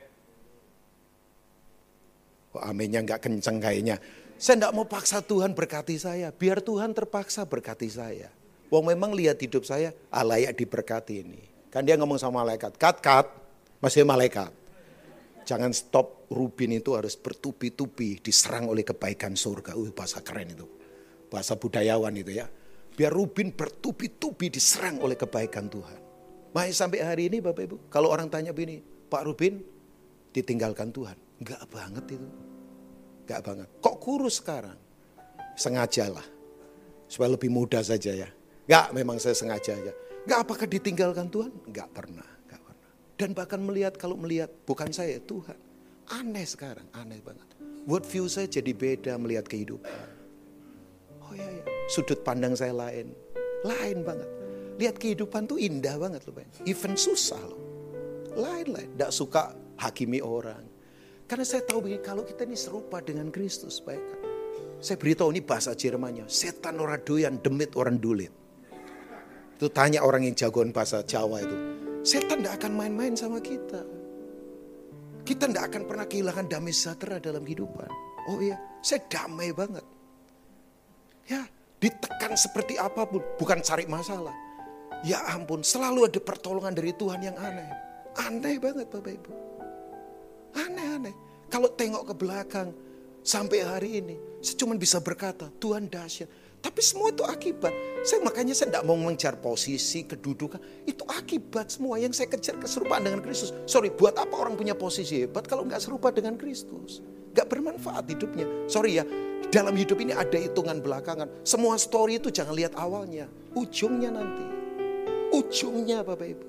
Oh aminnya enggak kenceng kayaknya. Saya enggak mau paksa Tuhan berkati saya. Biar Tuhan terpaksa berkati saya. Wong memang lihat hidup saya, ah layak diberkati ini. Kan dia ngomong sama malaikat, kat, kat, masih malaikat. Jangan stop, Rubin itu harus bertubi-tubi diserang oleh kebaikan surga. Uh, bahasa keren itu, bahasa budayawan itu ya. Biar Rubin bertubi-tubi diserang oleh kebaikan Tuhan. Makanya sampai hari ini Bapak Ibu, kalau orang tanya begini, Pak Rubin ditinggalkan Tuhan. Enggak banget itu. Enggak banget. Kok kurus sekarang? Sengajalah. Supaya lebih muda saja ya. Enggak, memang saya sengaja aja. Enggak, apakah ditinggalkan Tuhan? Enggak pernah, enggak pernah. Dan bahkan melihat, kalau melihat bukan saya, Tuhan. Aneh sekarang, aneh banget. World view saya jadi beda melihat kehidupan. Oh iya, iya. Sudut pandang saya lain. Lain banget. Lihat kehidupan tuh indah banget loh. Even susah loh. Lain-lain. Enggak suka hakimi orang. Karena saya tahu begini, kalau kita ini serupa dengan Kristus, baik kan? Saya beritahu ini bahasa Jermannya, setan ora doyan, demit orang dulit. Itu tanya orang yang jagoan bahasa Jawa itu. Setan tidak akan main-main sama kita. Kita tidak akan pernah kehilangan damai sejahtera dalam kehidupan. Oh iya, saya damai banget. Ya, ditekan seperti apapun, bukan cari masalah. Ya ampun, selalu ada pertolongan dari Tuhan yang aneh. Aneh banget Bapak Ibu. Aneh-aneh. Kalau tengok ke belakang sampai hari ini, saya cuma bisa berkata, Tuhan dahsyat. Tapi semua itu akibat. Saya makanya saya tidak mau mengejar posisi, kedudukan. Itu akibat semua yang saya kejar keserupaan dengan Kristus. Sorry, buat apa orang punya posisi hebat kalau nggak serupa dengan Kristus? Nggak bermanfaat hidupnya. Sorry ya, dalam hidup ini ada hitungan belakangan. Semua story itu jangan lihat awalnya, ujungnya nanti. Ujungnya Bapak Ibu.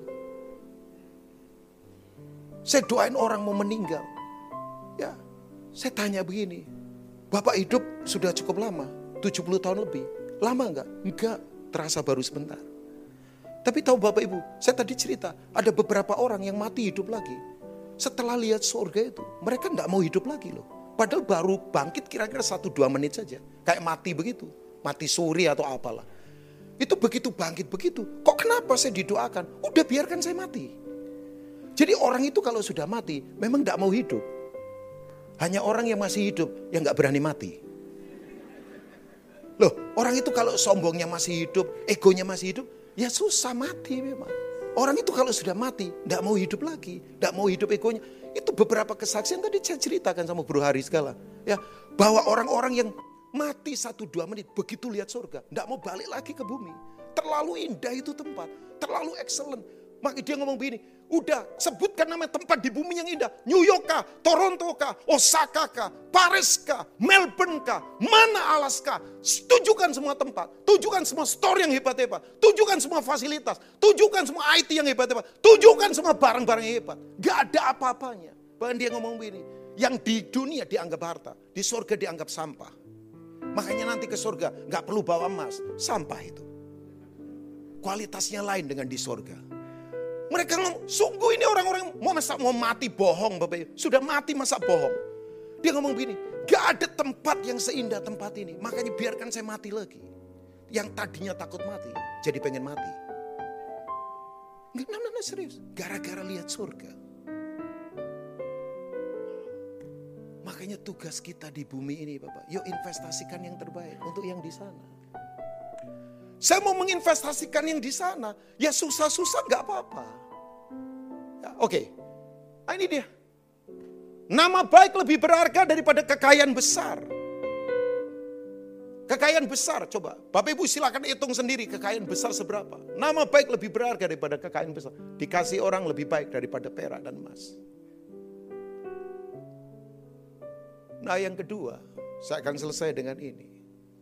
Saya doain orang mau meninggal. Ya, saya tanya begini. Bapak hidup sudah cukup lama, tujuh puluh tahun lebih. Lama enggak? Enggak, terasa baru sebentar. Tapi tahu Bapak Ibu, saya tadi cerita, ada beberapa orang yang mati hidup lagi. Setelah lihat surga itu, mereka enggak mau hidup lagi loh. Padahal baru bangkit kira-kira satu dua menit saja. Kayak mati begitu, mati suri atau apalah. Itu begitu bangkit begitu. Kok kenapa saya didoakan? Udah biarkan saya mati. Jadi orang itu kalau sudah mati, memang tidak mau hidup. Hanya orang yang masih hidup, yang gak berani mati. Loh, orang itu kalau sombongnya masih hidup, egonya masih hidup, ya susah mati memang. Orang itu kalau sudah mati, tidak mau hidup lagi. Tidak mau hidup egonya. Itu beberapa kesaksian tadi saya ceritakan sama Bro Hari segala. Ya, bahwa orang-orang yang mati satu dua menit, begitu lihat surga, tidak mau balik lagi ke bumi. Terlalu indah itu tempat, terlalu excellent. Maka dia ngomong begini, udah sebutkan nama tempat di bumi yang indah. New York kah, Toronto kah, Osaka kah, Paris kah, Melbourne kah, mana Alaska. Tunjukkan semua tempat, tunjukkan semua store yang hebat-hebat, tunjukkan semua fasilitas, tunjukkan semua I T yang hebat-hebat, tunjukkan semua barang-barang yang hebat. Gak ada apa-apanya. Bahkan dia ngomong begini, yang di dunia dianggap harta, di surga dianggap sampah. Makanya nanti ke surga gak perlu bawa emas, sampah itu. Kualitasnya lain dengan di surga. Mereka ngomong, sungguh ini orang-orang mau masa mau mati bohong Bapak. Sudah mati masa bohong. Dia ngomong begini, gak ada tempat yang seindah tempat ini. Makanya biarkan saya mati lagi. Yang tadinya takut mati, jadi pengen mati. Nggak, nah, nah, serius. Gara-gara lihat surga. Makanya tugas kita di bumi ini Bapak, yuk investasikan yang terbaik untuk yang di sana. Saya mau menginvestasikan yang di sana, ya susah-susah gak apa-apa. Ya, Oke, okay. Nah, ini dia. Nama baik lebih berharga daripada kekayaan besar. Kekayaan besar, coba. Bapak Ibu silakan hitung sendiri kekayaan besar seberapa. Nama baik lebih berharga daripada kekayaan besar. Dikasih orang lebih baik daripada perak dan emas. Nah yang kedua, saya akan selesai dengan ini.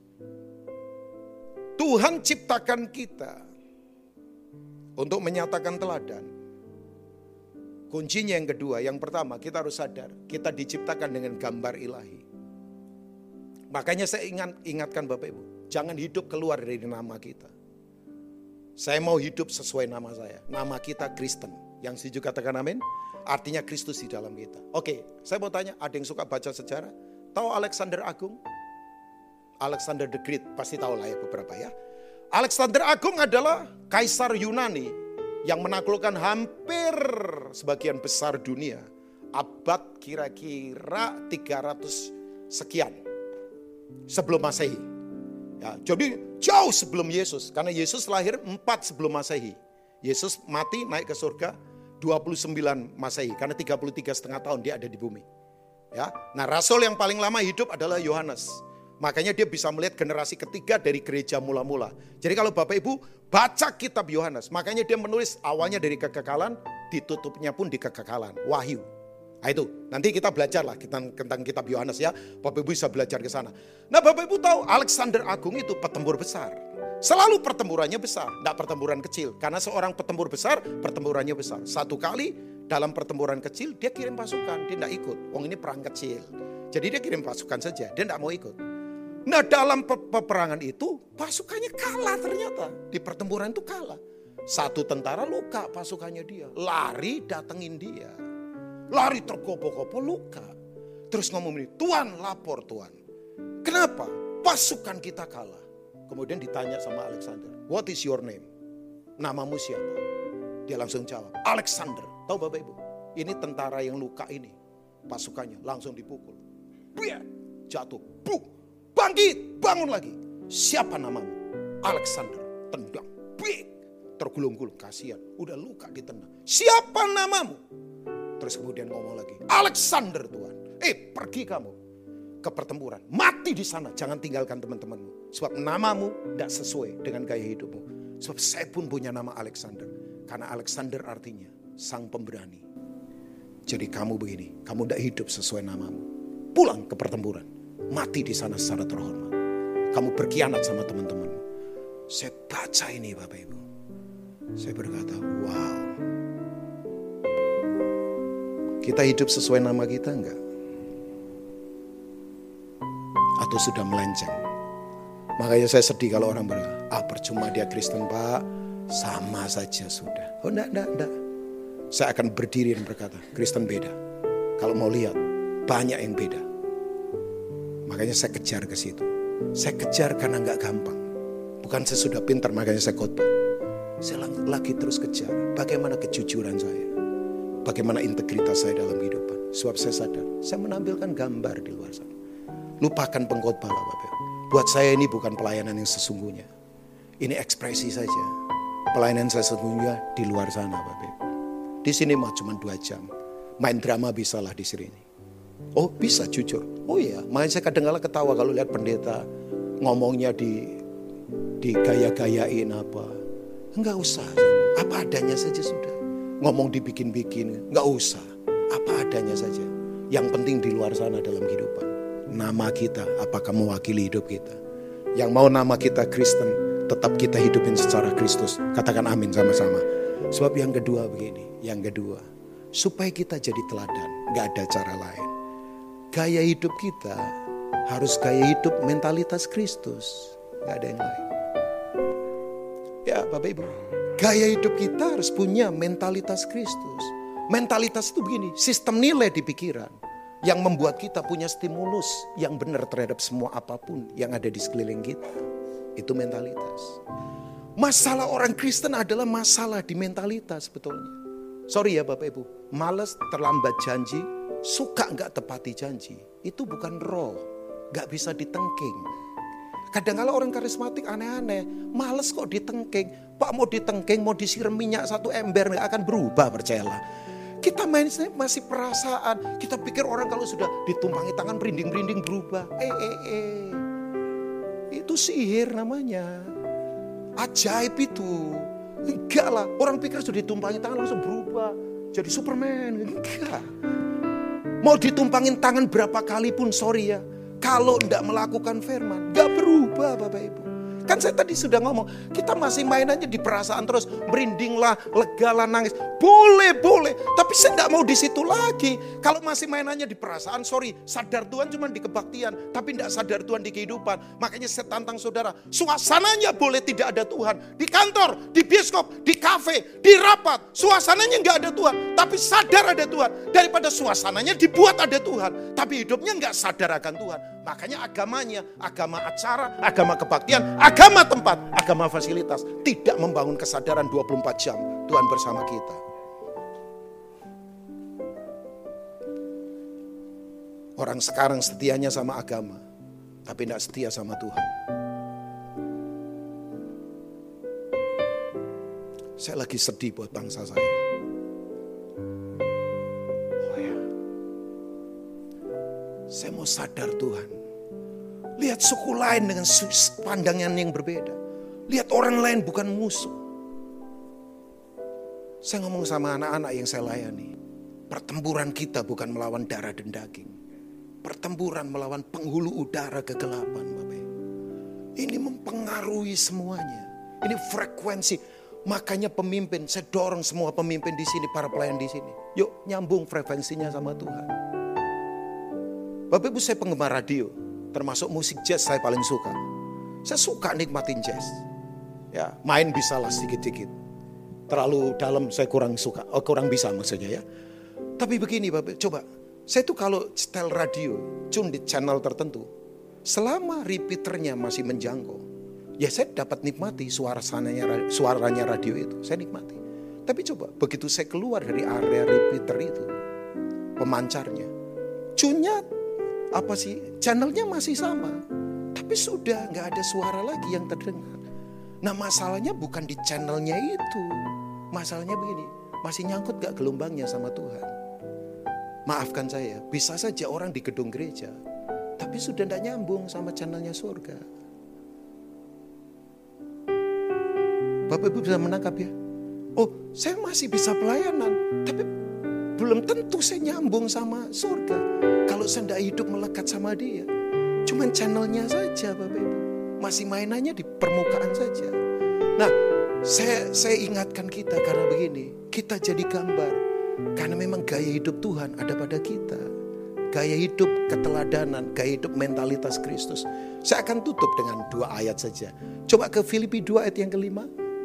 Tuhan ciptakan kita untuk menyatakan teladan. Kuncinya yang kedua, yang pertama kita harus sadar, kita diciptakan dengan gambar ilahi. Makanya saya ingat, ingatkan Bapak Ibu, jangan hidup keluar dari nama kita. Saya mau hidup sesuai nama saya, nama kita Kristen. Yang setuju katakan amin, artinya Kristus di dalam kita. Oke, saya mau tanya, ada yang suka baca sejarah? Tahu Alexander Agung? Alexander the Great, pasti tahu lah ya beberapa ya. Alexander Agung adalah kaisar Yunani yang menaklukkan hampir sebagian besar dunia. Abad kira-kira tiga ratus sekian sebelum Masehi. Ya, jadi jauh sebelum Yesus, karena Yesus lahir empat sebelum Masehi. Yesus mati naik ke surga dua puluh sembilan Masehi, karena tiga puluh tiga setengah tahun dia ada di bumi. Ya, nah rasul yang paling lama hidup adalah Yohanes. Makanya dia bisa melihat generasi ketiga dari gereja mula-mula. Jadi kalau Bapak Ibu baca kitab Yohanes, makanya dia menulis awalnya dari kekekalan, ditutupnya pun di kekekalan. Wahyu. Nah itu, nanti kita belajar lah tentang, tentang kitab Yohanes ya. Bapak Ibu bisa belajar ke sana. Nah Bapak Ibu tahu Alexander Agung itu petempur besar. Selalu pertempurannya besar, tidak pertempuran kecil. Karena seorang petempur besar, pertempurannya besar. Satu kali dalam pertempuran kecil dia kirim pasukan, dia tidak ikut. Wong ini perang kecil. Jadi dia kirim pasukan saja, dia tidak mau ikut. Nah dalam pe- peperangan itu pasukannya kalah ternyata. Di pertempuran itu kalah. Satu tentara luka pasukannya dia. Lari datengin dia. Lari tergopoh-gopoh luka. Terus ngomong ini, Tuan lapor Tuan. Kenapa? Pasukan kita kalah. Kemudian ditanya sama Alexander, what is your name? Namamu siapa? Dia langsung jawab, Alexander. Tahu Bapak Ibu? Ini tentara yang luka ini. Pasukannya langsung dipukul. Biar jatuh. Buk. Bangkit. Bangun lagi. Siapa namamu? Alexander. Tendang. Bik. Tergulung-gulung. Kasihan. Udah luka ditendang. Siapa namamu? Terus kemudian ngomong lagi. Alexander Tuhan. Eh pergi kamu ke pertempuran. Mati di sana. Jangan tinggalkan teman-temanmu. Sebab namamu tidak sesuai dengan gaya hidupmu. Sebab saya pun punya nama Alexander. Karena Alexander artinya sang pemberani. Jadi kamu begini. Kamu tidak hidup sesuai namamu. Pulang ke pertempuran. Mati di sana secara terhormat. Kamu berkhianat sama teman-temanmu. Saya baca ini Bapak Ibu. Saya berkata, wow. Kita hidup sesuai nama kita enggak? Atau sudah melenceng? Makanya saya sedih kalau orang berkata, ah percuma dia Kristen Pak, sama saja sudah. Oh enggak, enggak, enggak. Saya akan berdiri dan berkata, Kristen beda. Kalau mau lihat, banyak yang beda. Makanya saya kejar ke situ. Saya kejar karena enggak gampang. Bukan saya sudah pintar, makanya saya khotbah. Saya lagi terus kejar, bagaimana kejujuran saya. Bagaimana integritas saya dalam kehidupan. Sebab saya sadar, saya menampilkan gambar di luar sana. Lupakan pengkhotbah lah Bapak. Buat saya ini bukan pelayanan yang sesungguhnya. Ini ekspresi saja. Pelayanan saya sesungguhnya di luar sana Bapak. Di sini mah cuma dua jam. Main drama bisa lah di sini. Oh bisa jujur. Oh iya, makanya saya kadang-kadang ketawa kalau lihat pendeta ngomongnya di di gaya-gayain apa. Enggak usah. Apa adanya saja sudah. Ngomong dibikin-bikin, enggak usah. Apa adanya saja. Yang penting di luar sana dalam kehidupan. Nama kita, apakah mewakili hidup kita. Yang mau nama kita Kristen, tetap kita hidupin secara Kristus. Katakan amin sama-sama. Sebab yang kedua begini, yang kedua, supaya kita jadi teladan, gak ada cara lain. Gaya hidup kita harus gaya hidup mentalitas Kristus. Gak ada yang lain. Ya Bapak Ibu, gaya hidup kita harus punya mentalitas Kristus. Mentalitas itu begini, sistem nilai di pikiran. Yang membuat kita punya stimulus yang benar terhadap semua apapun yang ada di sekeliling kita. Itu mentalitas. Masalah orang Kristen adalah masalah di mentalitas sebetulnya. Sorry ya Bapak Ibu, malas terlambat janji, suka gak tepati janji. Itu bukan roh, gak bisa ditengking. Kadang-kadang orang karismatik aneh-aneh, males kok ditengking. Pak mau ditengking, mau disiram minyak satu ember gak akan berubah, percayalah. Kita main masih perasaan. Kita pikir orang kalau sudah ditumpangi tangan berinding-berinding berubah. Eh, eh, eh. Itu sihir namanya. Ajaib itu. Enggak lah. Orang pikir sudah ditumpangi tangan langsung berubah. Jadi Superman. Enggak. Mau ditumpangin tangan berapa kali pun sorry ya. Kalau enggak melakukan firman. Enggak berubah Bapak Ibu. Kan saya tadi sudah ngomong, kita masih main aja di perasaan terus, merindinglah, legalah, nangis. Boleh, boleh. Tapi saya enggak mau di situ lagi. Kalau masih mainannya di perasaan, sorry, sadar Tuhan cuma di kebaktian, tapi enggak sadar Tuhan di kehidupan. Makanya saya tantang saudara, suasananya boleh tidak ada Tuhan. Di kantor, di bioskop, di kafe, di rapat, suasananya enggak ada Tuhan. Tapi sadar ada Tuhan. Daripada suasananya dibuat ada Tuhan, tapi hidupnya enggak sadar akan Tuhan. Makanya agamanya, agama acara, agama kebaktian, agama tempat, agama fasilitas tidak membangun kesadaran dua puluh empat jam Tuhan bersama kita. Orang sekarang setianya sama agama, tapi tidak setia sama Tuhan. Saya lagi sedih buat bangsa saya. Oh ya. Saya mau sadar Tuhan. Lihat suku lain dengan pandangan yang berbeda. Lihat orang lain bukan musuh. Saya ngomong sama anak-anak yang saya layani. Pertempuran kita bukan melawan darah dan daging. Pertempuran melawan penghulu udara kegelapan, Bapak Ibu. Ini mempengaruhi semuanya. Ini frekuensi. Makanya pemimpin, saya dorong semua pemimpin di sini, para pelayan di sini. Yuk nyambung frekuensinya sama Tuhan. Bapak Ibu, saya penggemar radio, termasuk musik jazz saya paling suka. Saya suka nikmatin jazz. Ya, main bisa lah sedikit-sedikit. Terlalu dalam saya kurang suka, oh, kurang bisa maksudnya ya. Tapi begini Bapak, coba. Saya tuh kalau setel radio, tune di channel tertentu. Selama repeaternya masih menjangkau, ya saya dapat nikmati suara sananya, suaranya radio itu. Saya nikmati. Tapi coba, begitu saya keluar dari area repeater itu, pemancarnya, tune-nya apa sih, channelnya masih sama. Tapi sudah gak ada suara lagi yang terdengar. Nah masalahnya bukan di channelnya itu. Masalahnya begini, masih nyangkut gak gelombangnya sama Tuhan. Maafkan saya, bisa saja orang di gedung gereja, tapi sudah tidak nyambung sama channelnya surga. Bapak Ibu bisa menangkap ya? Oh, saya masih bisa pelayanan, tapi belum tentu saya nyambung sama surga. Kalau saya tidak hidup melekat sama dia, cuman channelnya saja Bapak Ibu. Masih mainannya di permukaan saja. Nah, saya, saya ingatkan kita karena begini, kita jadi gambar. Karena memang gaya hidup Tuhan ada pada kita. Gaya hidup keteladanan, gaya hidup mentalitas Kristus. Saya akan tutup dengan dua ayat saja. Coba ke Filipi dua ayat yang kelima.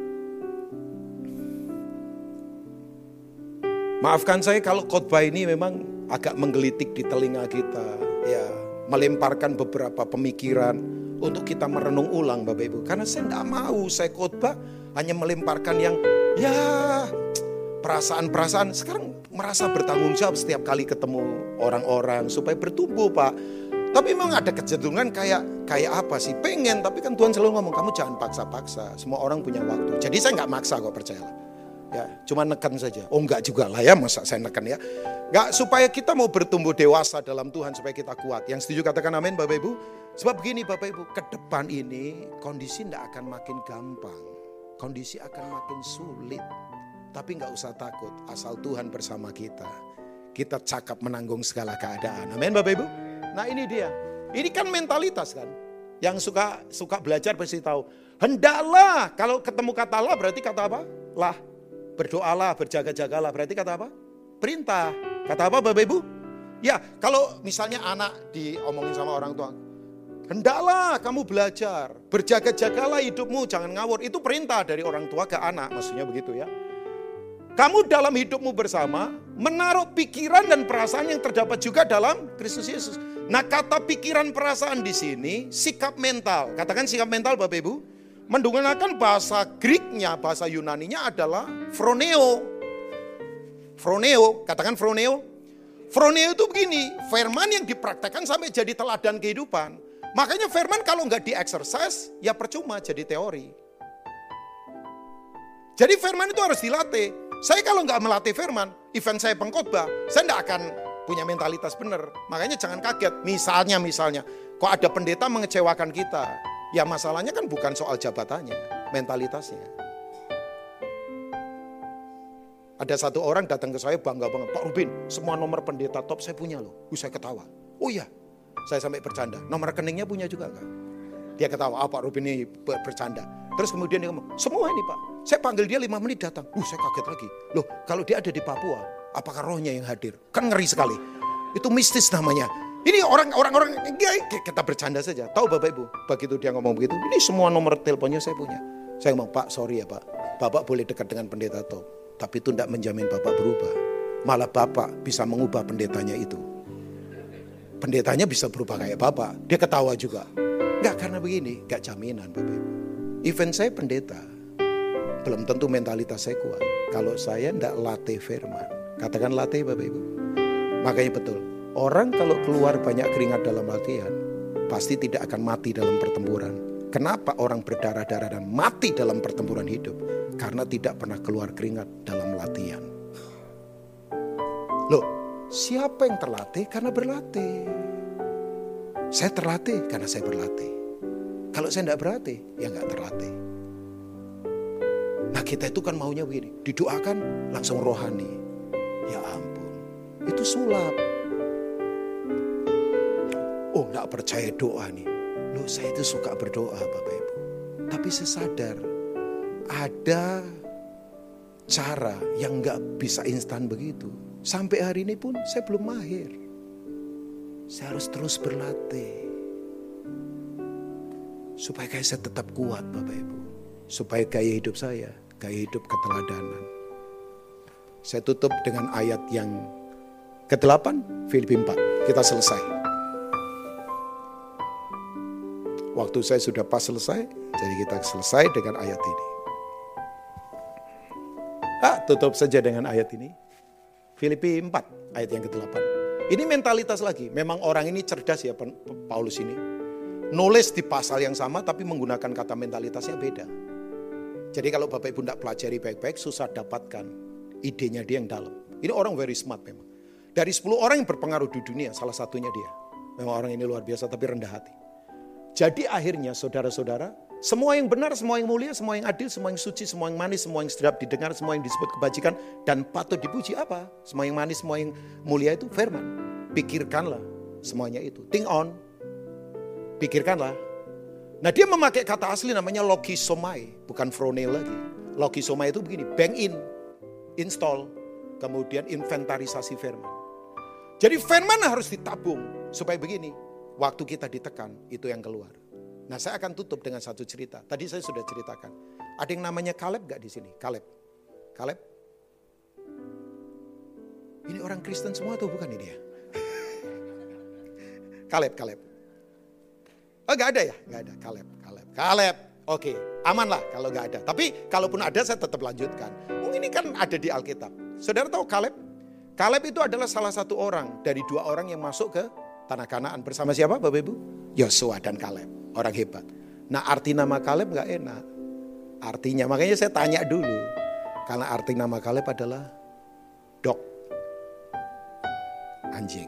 Maafkan saya kalau khotbah ini memang agak menggelitik di telinga kita. Ya, melemparkan beberapa pemikiran untuk kita merenung ulang Bapak Ibu. Karena saya tidak mau saya khotbah hanya melemparkan yang ya... perasaan-perasaan. Sekarang merasa bertanggung jawab setiap kali ketemu orang-orang supaya bertumbuh Pak. Tapi memang ada kecenderungan kayak kayak apa sih? Pengen, tapi kan Tuhan selalu ngomong kamu jangan paksa-paksa. Semua orang punya waktu. Jadi saya nggak maksa kok, percayalah. Ya, cuma neken saja. Oh enggak juga lah ya, masa saya neken ya. Nggak, supaya kita mau bertumbuh dewasa dalam Tuhan supaya kita kuat. Yang setuju katakan amin Bapak Ibu. Sebab begini Bapak Ibu, ke depan ini kondisi tidak akan makin gampang. Kondisi akan makin sulit. Tapi gak usah takut, asal Tuhan bersama kita. Kita cakap menanggung segala keadaan. Amin Bapak Ibu. Nah ini dia. Ini kan mentalitas kan. Yang suka suka belajar pasti tahu. Hendaklah, kalau ketemu kata lah berarti kata apa? Lah. Berdoalah, berjaga-jagalah berarti kata apa? Perintah. Kata apa Bapak Ibu? Ya kalau misalnya anak diomongin sama orang tua. Hendaklah kamu belajar. Berjaga-jagalah hidupmu, jangan ngawur. Itu perintah dari orang tua ke anak. Maksudnya begitu ya. Kamu dalam hidupmu bersama menaruh pikiran dan perasaan yang terdapat juga dalam Kristus Yesus. Nah kata pikiran perasaan di sini sikap mental. Katakan sikap mental Bapak Ibu. Menggunakan bahasa Greeknya, bahasa Yunaninya adalah phroneo. Phroneo, katakan phroneo. Phroneo itu begini, firman yang dipraktekkan sampai jadi teladan kehidupan. Makanya firman kalau nggak di-exercise ya percuma jadi teori. Jadi firman itu harus dilatih. Saya kalau nggak melatih firman, event saya pengkhotbah, saya nggak akan punya mentalitas benar. Makanya jangan kaget. Misalnya, misalnya, kok ada pendeta mengecewakan kita. Ya masalahnya kan bukan soal jabatannya, mentalitasnya. Ada satu orang datang ke saya bangga banget. Pak Rubin, semua nomor pendeta top saya punya loh. Uh, saya ketawa. Oh iya, saya sampai bercanda. Nomor rekeningnya punya juga kan? Dia ketawa, ah Pak Rubin ini bercanda. Terus kemudian dia ngomong, semua ini Pak. Saya panggil dia lima menit datang. Uh, saya kaget lagi. Loh, kalau dia ada di Papua, apakah rohnya yang hadir? Kan ngeri sekali. Itu mistis namanya. Ini orang-orang kita bercanda saja. Tahu Bapak Ibu, begitu dia ngomong begitu, ini semua nomor teleponnya saya punya. Saya ngomong, Pak sorry ya Pak, Bapak boleh dekat dengan pendeta top. Tapi itu tidak menjamin Bapak berubah. Malah Bapak bisa mengubah pendetanya itu. Pendetanya bisa berubah kayak Bapak. Dia ketawa juga. Enggak, karena begini, enggak jaminan Bapak Ibu. Event saya pendeta, belum tentu mentalitas saya kuat. Kalau saya enggak latih firman. Katakan latih Bapak Ibu. Makanya betul, orang kalau keluar banyak keringat dalam latihan, pasti tidak akan mati dalam pertempuran. Kenapa orang berdarah-darah dan mati dalam pertempuran hidup? Karena tidak pernah keluar keringat dalam latihan. Loh, siapa yang terlatih? Karena berlatih. Saya terlatih karena saya berlatih. Kalau saya tidak berlatih, ya nggak terlatih. Nah kita itu kan maunya begini, didoakan langsung rohani. Ya ampun, Itu sulap. Oh, enggak percaya doa nih. Loh, saya itu suka berdoa Bapak Ibu. Tapi saya sadar ada cara yang enggak bisa instan begitu. Sampai hari ini pun saya belum mahir. Saya harus terus berlatih. Supaya kayak saya tetap kuat Bapak Ibu. Supaya gaya hidup saya, gaya hidup keteladanan. Saya tutup dengan ayat yang kedelapan, Filipi empat. Kita selesai. Waktu saya sudah pas selesai, jadi kita selesai dengan ayat ini. Ah, tutup saja dengan ayat ini. Filipi empat, ayat yang kedelapan. Ini mentalitas lagi. Memang orang ini cerdas ya, Paulus ini. Nulis di pasal yang sama tapi menggunakan kata mentalitasnya beda. Jadi kalau Bapak Ibu tidak pelajari baik-baik, susah dapatkan idenya dia yang dalam. Ini orang very smart memang. Dari sepuluh orang yang berpengaruh di dunia, salah satunya dia. Memang orang ini luar biasa tapi rendah hati. Jadi akhirnya saudara-saudara, semua yang benar, semua yang mulia, semua yang adil, semua yang suci, semua yang manis, semua yang sedap didengar, semua yang disebut kebajikan dan patut dipuji apa? Semua yang manis, semua yang mulia itu firman. Pikirkanlah semuanya itu. Think on. Pikirkanlah. Nah, dia memakai kata asli namanya logisomai, bukan phroneo lagi. Logisomai itu begini, bank in, install, kemudian inventarisasi firman. Jadi firman harus ditabung supaya begini, waktu kita ditekan itu yang keluar. Nah, saya akan tutup dengan satu cerita. Tadi saya sudah ceritakan. Ada yang namanya Kaleb gak di sini? Kaleb. Kaleb? Ini orang Kristen semua atau bukan ini ya? Kaleb, Kaleb. Oh, gak ada ya? Gak ada. Kaleb, Kaleb. Kaleb. Oke, aman lah kalau gak ada. Tapi kalaupun ada saya tetap lanjutkan. Oh, ini kan ada di Alkitab. Saudara tahu Kaleb? Kaleb itu adalah salah satu orang dari dua orang yang masuk ke Tanah Kanaan. Bersama siapa Bapak Ibu? Yosua dan Kaleb. Orang hebat. Nah, arti nama Kaleb gak enak. Artinya, makanya saya tanya dulu. Karena arti nama Kaleb adalah dog. Anjing.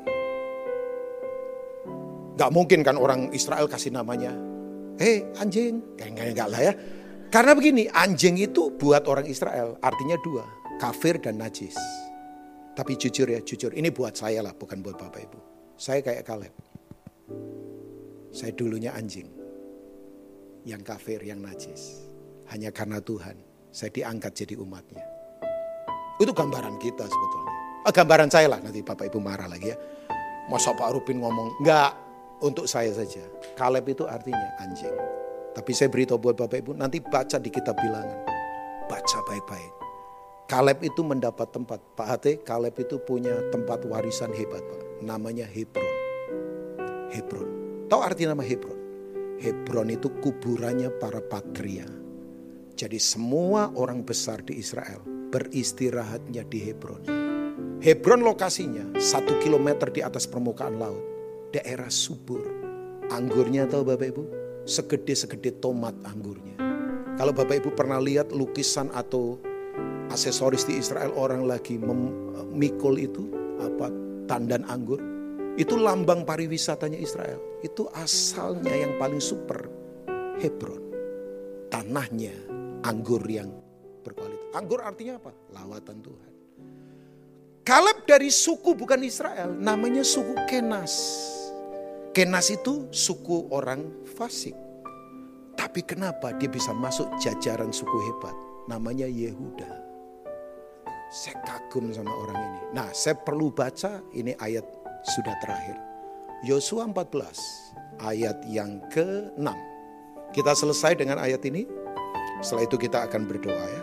Gak mungkin kan orang Israel kasih namanya, hei anjing, kayaknya enggak lah ya. Karena begini, anjing itu buat orang Israel artinya dua, kafir dan najis. Tapi jujur ya, jujur, ini buat saya lah, bukan buat Bapak Ibu. Saya kayak Kaleb. Saya dulunya anjing, yang kafir, yang najis. Hanya karena Tuhan, saya diangkat jadi umatnya. Itu gambaran kita sebetulnya. Oh, gambaran saya lah, nanti Bapak Ibu marah lagi ya. Masa Pak Rupin ngomong, enggak. Untuk saya saja, Kaleb itu artinya anjing. Tapi saya beritahu buat Bapak Ibu, nanti baca di kitab bilangan. Baca baik-baik. Kaleb itu mendapat tempat, Pak Hate, Kaleb itu punya tempat warisan hebat Pak. Namanya Hebron. Hebron. Tahu arti nama Hebron? Hebron itu kuburannya para patria. Jadi semua orang besar di Israel beristirahatnya di Hebron. Hebron lokasinya satu kilometer di atas permukaan laut. Daerah subur. Anggurnya tahu Bapak Ibu? Segede-segede tomat anggurnya. Kalau Bapak Ibu pernah lihat lukisan atau aksesoris di Israel, orang lagi memikul itu, apa tandan anggur. Itu lambang pariwisatanya Israel. Itu asalnya yang paling super. Hebron. Tanahnya anggur yang berkualitas. Anggur artinya apa? Lawatan Tuhan. Kaleb dari suku bukan Israel, namanya suku Kenas. Kenas itu suku orang fasik. Tapi kenapa dia bisa masuk jajaran suku hebat? Namanya Yehuda. Saya kagum sama orang ini. Nah, saya perlu baca, ini ayat sudah terakhir. Yosua empat belas, ayat yang ke enam. Kita selesai dengan ayat ini. Setelah itu kita akan berdoa ya.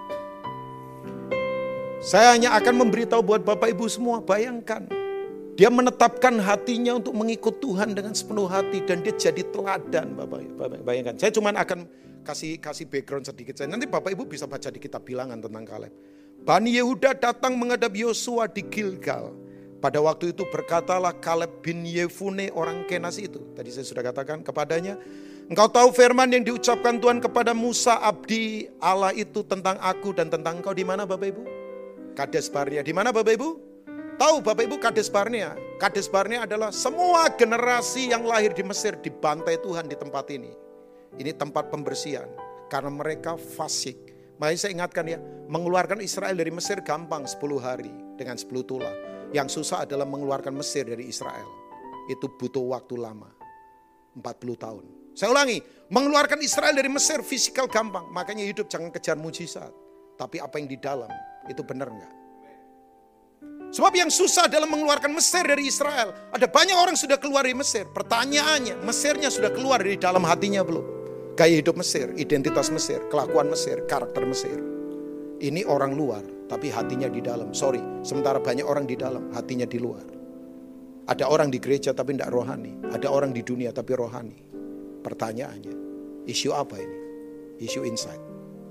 Saya hanya akan memberitahu buat Bapak Ibu semua, bayangkan. Dia menetapkan hatinya untuk mengikut Tuhan dengan sepenuh hati. Dan dia jadi teladan, Bapak, Bapak bayangkan. Saya cuma akan kasih kasih background sedikit saja. Nanti Bapak Ibu bisa baca di kitab bilangan tentang Kaleb. Bani Yehuda datang menghadap Yosua di Gilgal. Pada waktu itu berkatalah Kaleb bin Yefune orang Kenas itu. Tadi saya sudah katakan kepadanya. Engkau tahu firman yang diucapkan Tuhan kepada Musa abdi Allah itu tentang aku dan tentang engkau di mana Bapak Ibu? Kades Barnea. Di mana Bapak Ibu? Tahu Bapak Ibu Kades Barnea? Kades Barnea adalah semua generasi yang lahir di Mesir dibantai Tuhan di tempat ini. Ini tempat pembersihan. Karena mereka fasik. Makanya saya ingatkan ya, mengeluarkan Israel dari Mesir gampang sepuluh hari dengan sepuluh tulah. Yang susah adalah mengeluarkan Mesir dari Israel. Itu butuh waktu lama. empat puluh tahun. Saya ulangi, mengeluarkan Israel dari Mesir fisikal gampang. Makanya hidup jangan kejar mujizat. Tapi apa yang di dalam, itu benar enggak? Sebab yang susah adalah mengeluarkan Mesir dari Israel. Ada banyak orang sudah keluar dari Mesir. Pertanyaannya, Mesirnya sudah keluar dari dalam hatinya belum? Gaya hidup Mesir, identitas Mesir, kelakuan Mesir, karakter Mesir. Ini orang luar, tapi hatinya di dalam. Sorry, sementara banyak orang di dalam, hatinya di luar. Ada orang di gereja tapi tidak rohani. Ada orang di dunia tapi rohani. Pertanyaannya, isu apa ini? Isu insight.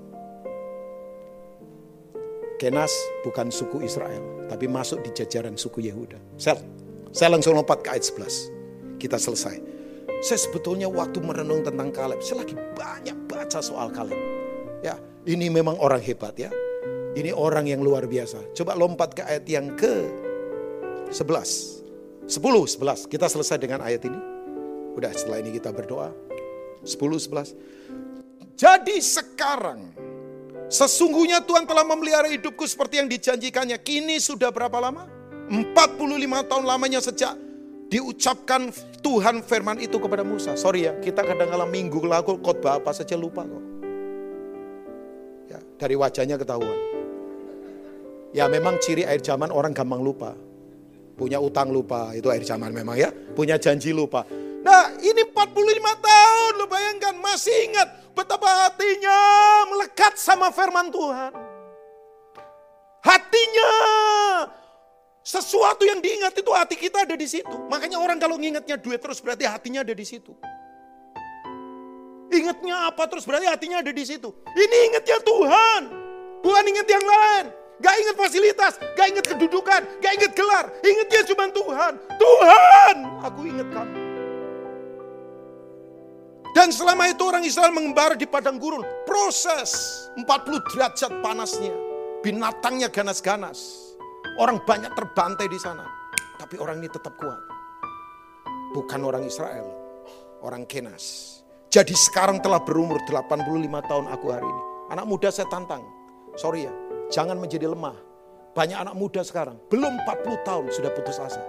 Kenas bukan suku Israel, tapi masuk di jajaran suku Yehuda. Saya, saya langsung lompat ke ayat sebelas. Kita selesai. Saya sebetulnya waktu merenung tentang Kaleb, saya lagi banyak baca soal Kaleb. Ya, ini memang orang hebat ya. Ini orang yang luar biasa. Coba lompat ke ayat yang ke sebelas. sepuluh, sebelas. Kita selesai dengan ayat ini. Udah, setelah ini kita berdoa. sepuluh, sebelas. Jadi sekarang, sesungguhnya Tuhan telah memelihara hidupku seperti yang dijanjikannya. Kini sudah berapa lama? empat puluh lima tahun lamanya sejak diucapkan Tuhan firman itu kepada Musa. Sorry ya, kita kadang-kadang minggu lalu khotbah apa saja lupa kok. Ya, dari wajahnya ketahuan. Ya memang ciri akhir zaman orang gampang lupa. Punya utang lupa, itu akhir zaman memang ya. Punya janji lupa. Nah ini empat puluh lima tahun, lo bayangkan masih ingat betapa hatinya melekat sama firman Tuhan. Hatinya, sesuatu yang diingat itu hati kita ada di situ. Makanya orang kalau ngingetnya duit terus berarti hatinya ada di situ. Ingatnya apa terus berarti hatinya ada di situ. Ini ingatnya Tuhan, bukan ingat yang lain. Gak ingat fasilitas, gak ingat kedudukan, gak ingat gelar. Ingatnya cuma Tuhan. Tuhan, aku ingat kamu. Dan selama itu orang Israel mengembara di padang gurun. Proses empat puluh derajat panasnya. Binatangnya ganas-ganas. Orang banyak terbantai di sana. Tapi orang ini tetap kuat. Bukan orang Israel. Orang Kenas. Jadi sekarang telah berumur delapan puluh lima tahun aku hari ini. Anak muda saya tantang. Sorry ya. Jangan menjadi lemah. Banyak anak muda sekarang. Belum empat puluh tahun sudah putus asa.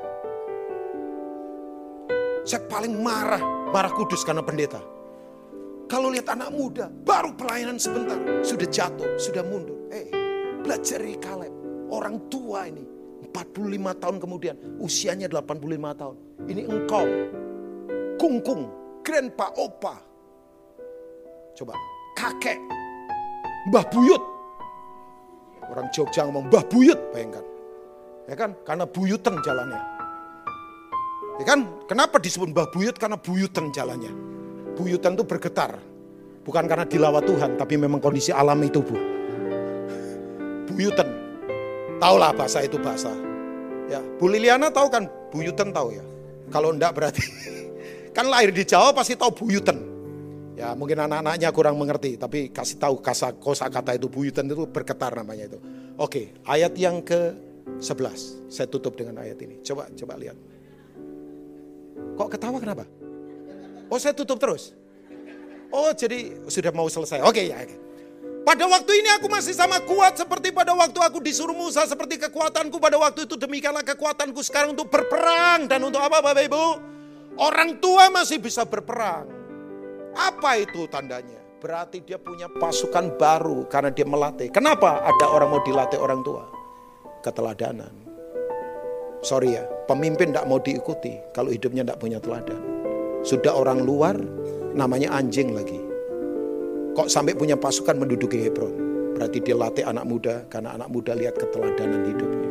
Saya paling marah. Marah kudus karena pendeta. Kalau lihat anak muda. Baru pelayanan sebentar. Sudah jatuh. Sudah mundur. Eh, belajar dari Kaleb. Orang tua ini. empat puluh lima tahun kemudian. Usianya delapan puluh lima tahun. Ini engkau. Kungkung. Grandpa, opa. Coba. Kakek. Mbah Buyut. Orang Jogja ngomong Mbah Buyut, bayangkan. Ya kan? Karena buyutan jalannya. Ya kan? Kenapa disebut Mbah Buyut? Karena buyutan jalannya. Buyutan itu bergetar. Bukan karena dilawat Tuhan, tapi memang kondisi alami tubuh. Buyutan. Taulah bahasa itu bahasa. Ya, Bu Liliana tahu kan? Buyutan tahu ya. Kalau enggak berarti kan lahir di Jawa pasti tahu buyutan. Ya mungkin anak-anaknya kurang mengerti, tapi kasih tahu kosakata itu buyutan itu bergetar namanya itu. Oke, ayat yang ke sebelas. Saya tutup dengan ayat ini. Coba coba lihat. Kok ketawa kenapa? Oh saya tutup terus. Oh jadi sudah mau selesai. Oke ya. Oke. Pada waktu ini aku masih sama kuat seperti pada waktu aku disuruh Musa, seperti kekuatanku pada waktu itu, demikianlah kekuatanku sekarang untuk berperang. Dan untuk apa Bapak Ibu? Orang tua masih bisa berperang. Apa itu tandanya? Berarti dia punya pasukan baru karena dia melatih. Kenapa ada orang mau dilatih orang tua? Keteladanan. Sorry ya, pemimpin tidak mau diikuti kalau hidupnya tidak punya teladan. Sudah orang luar, namanya anjing lagi. Kok sampai punya pasukan menduduki Hebron? Berarti dia latih anak muda karena anak muda lihat keteladanan hidupnya.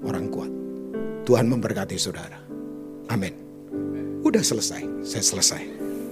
Tuhan memberkati saudara. Amin. Udah selesai, saya selesai.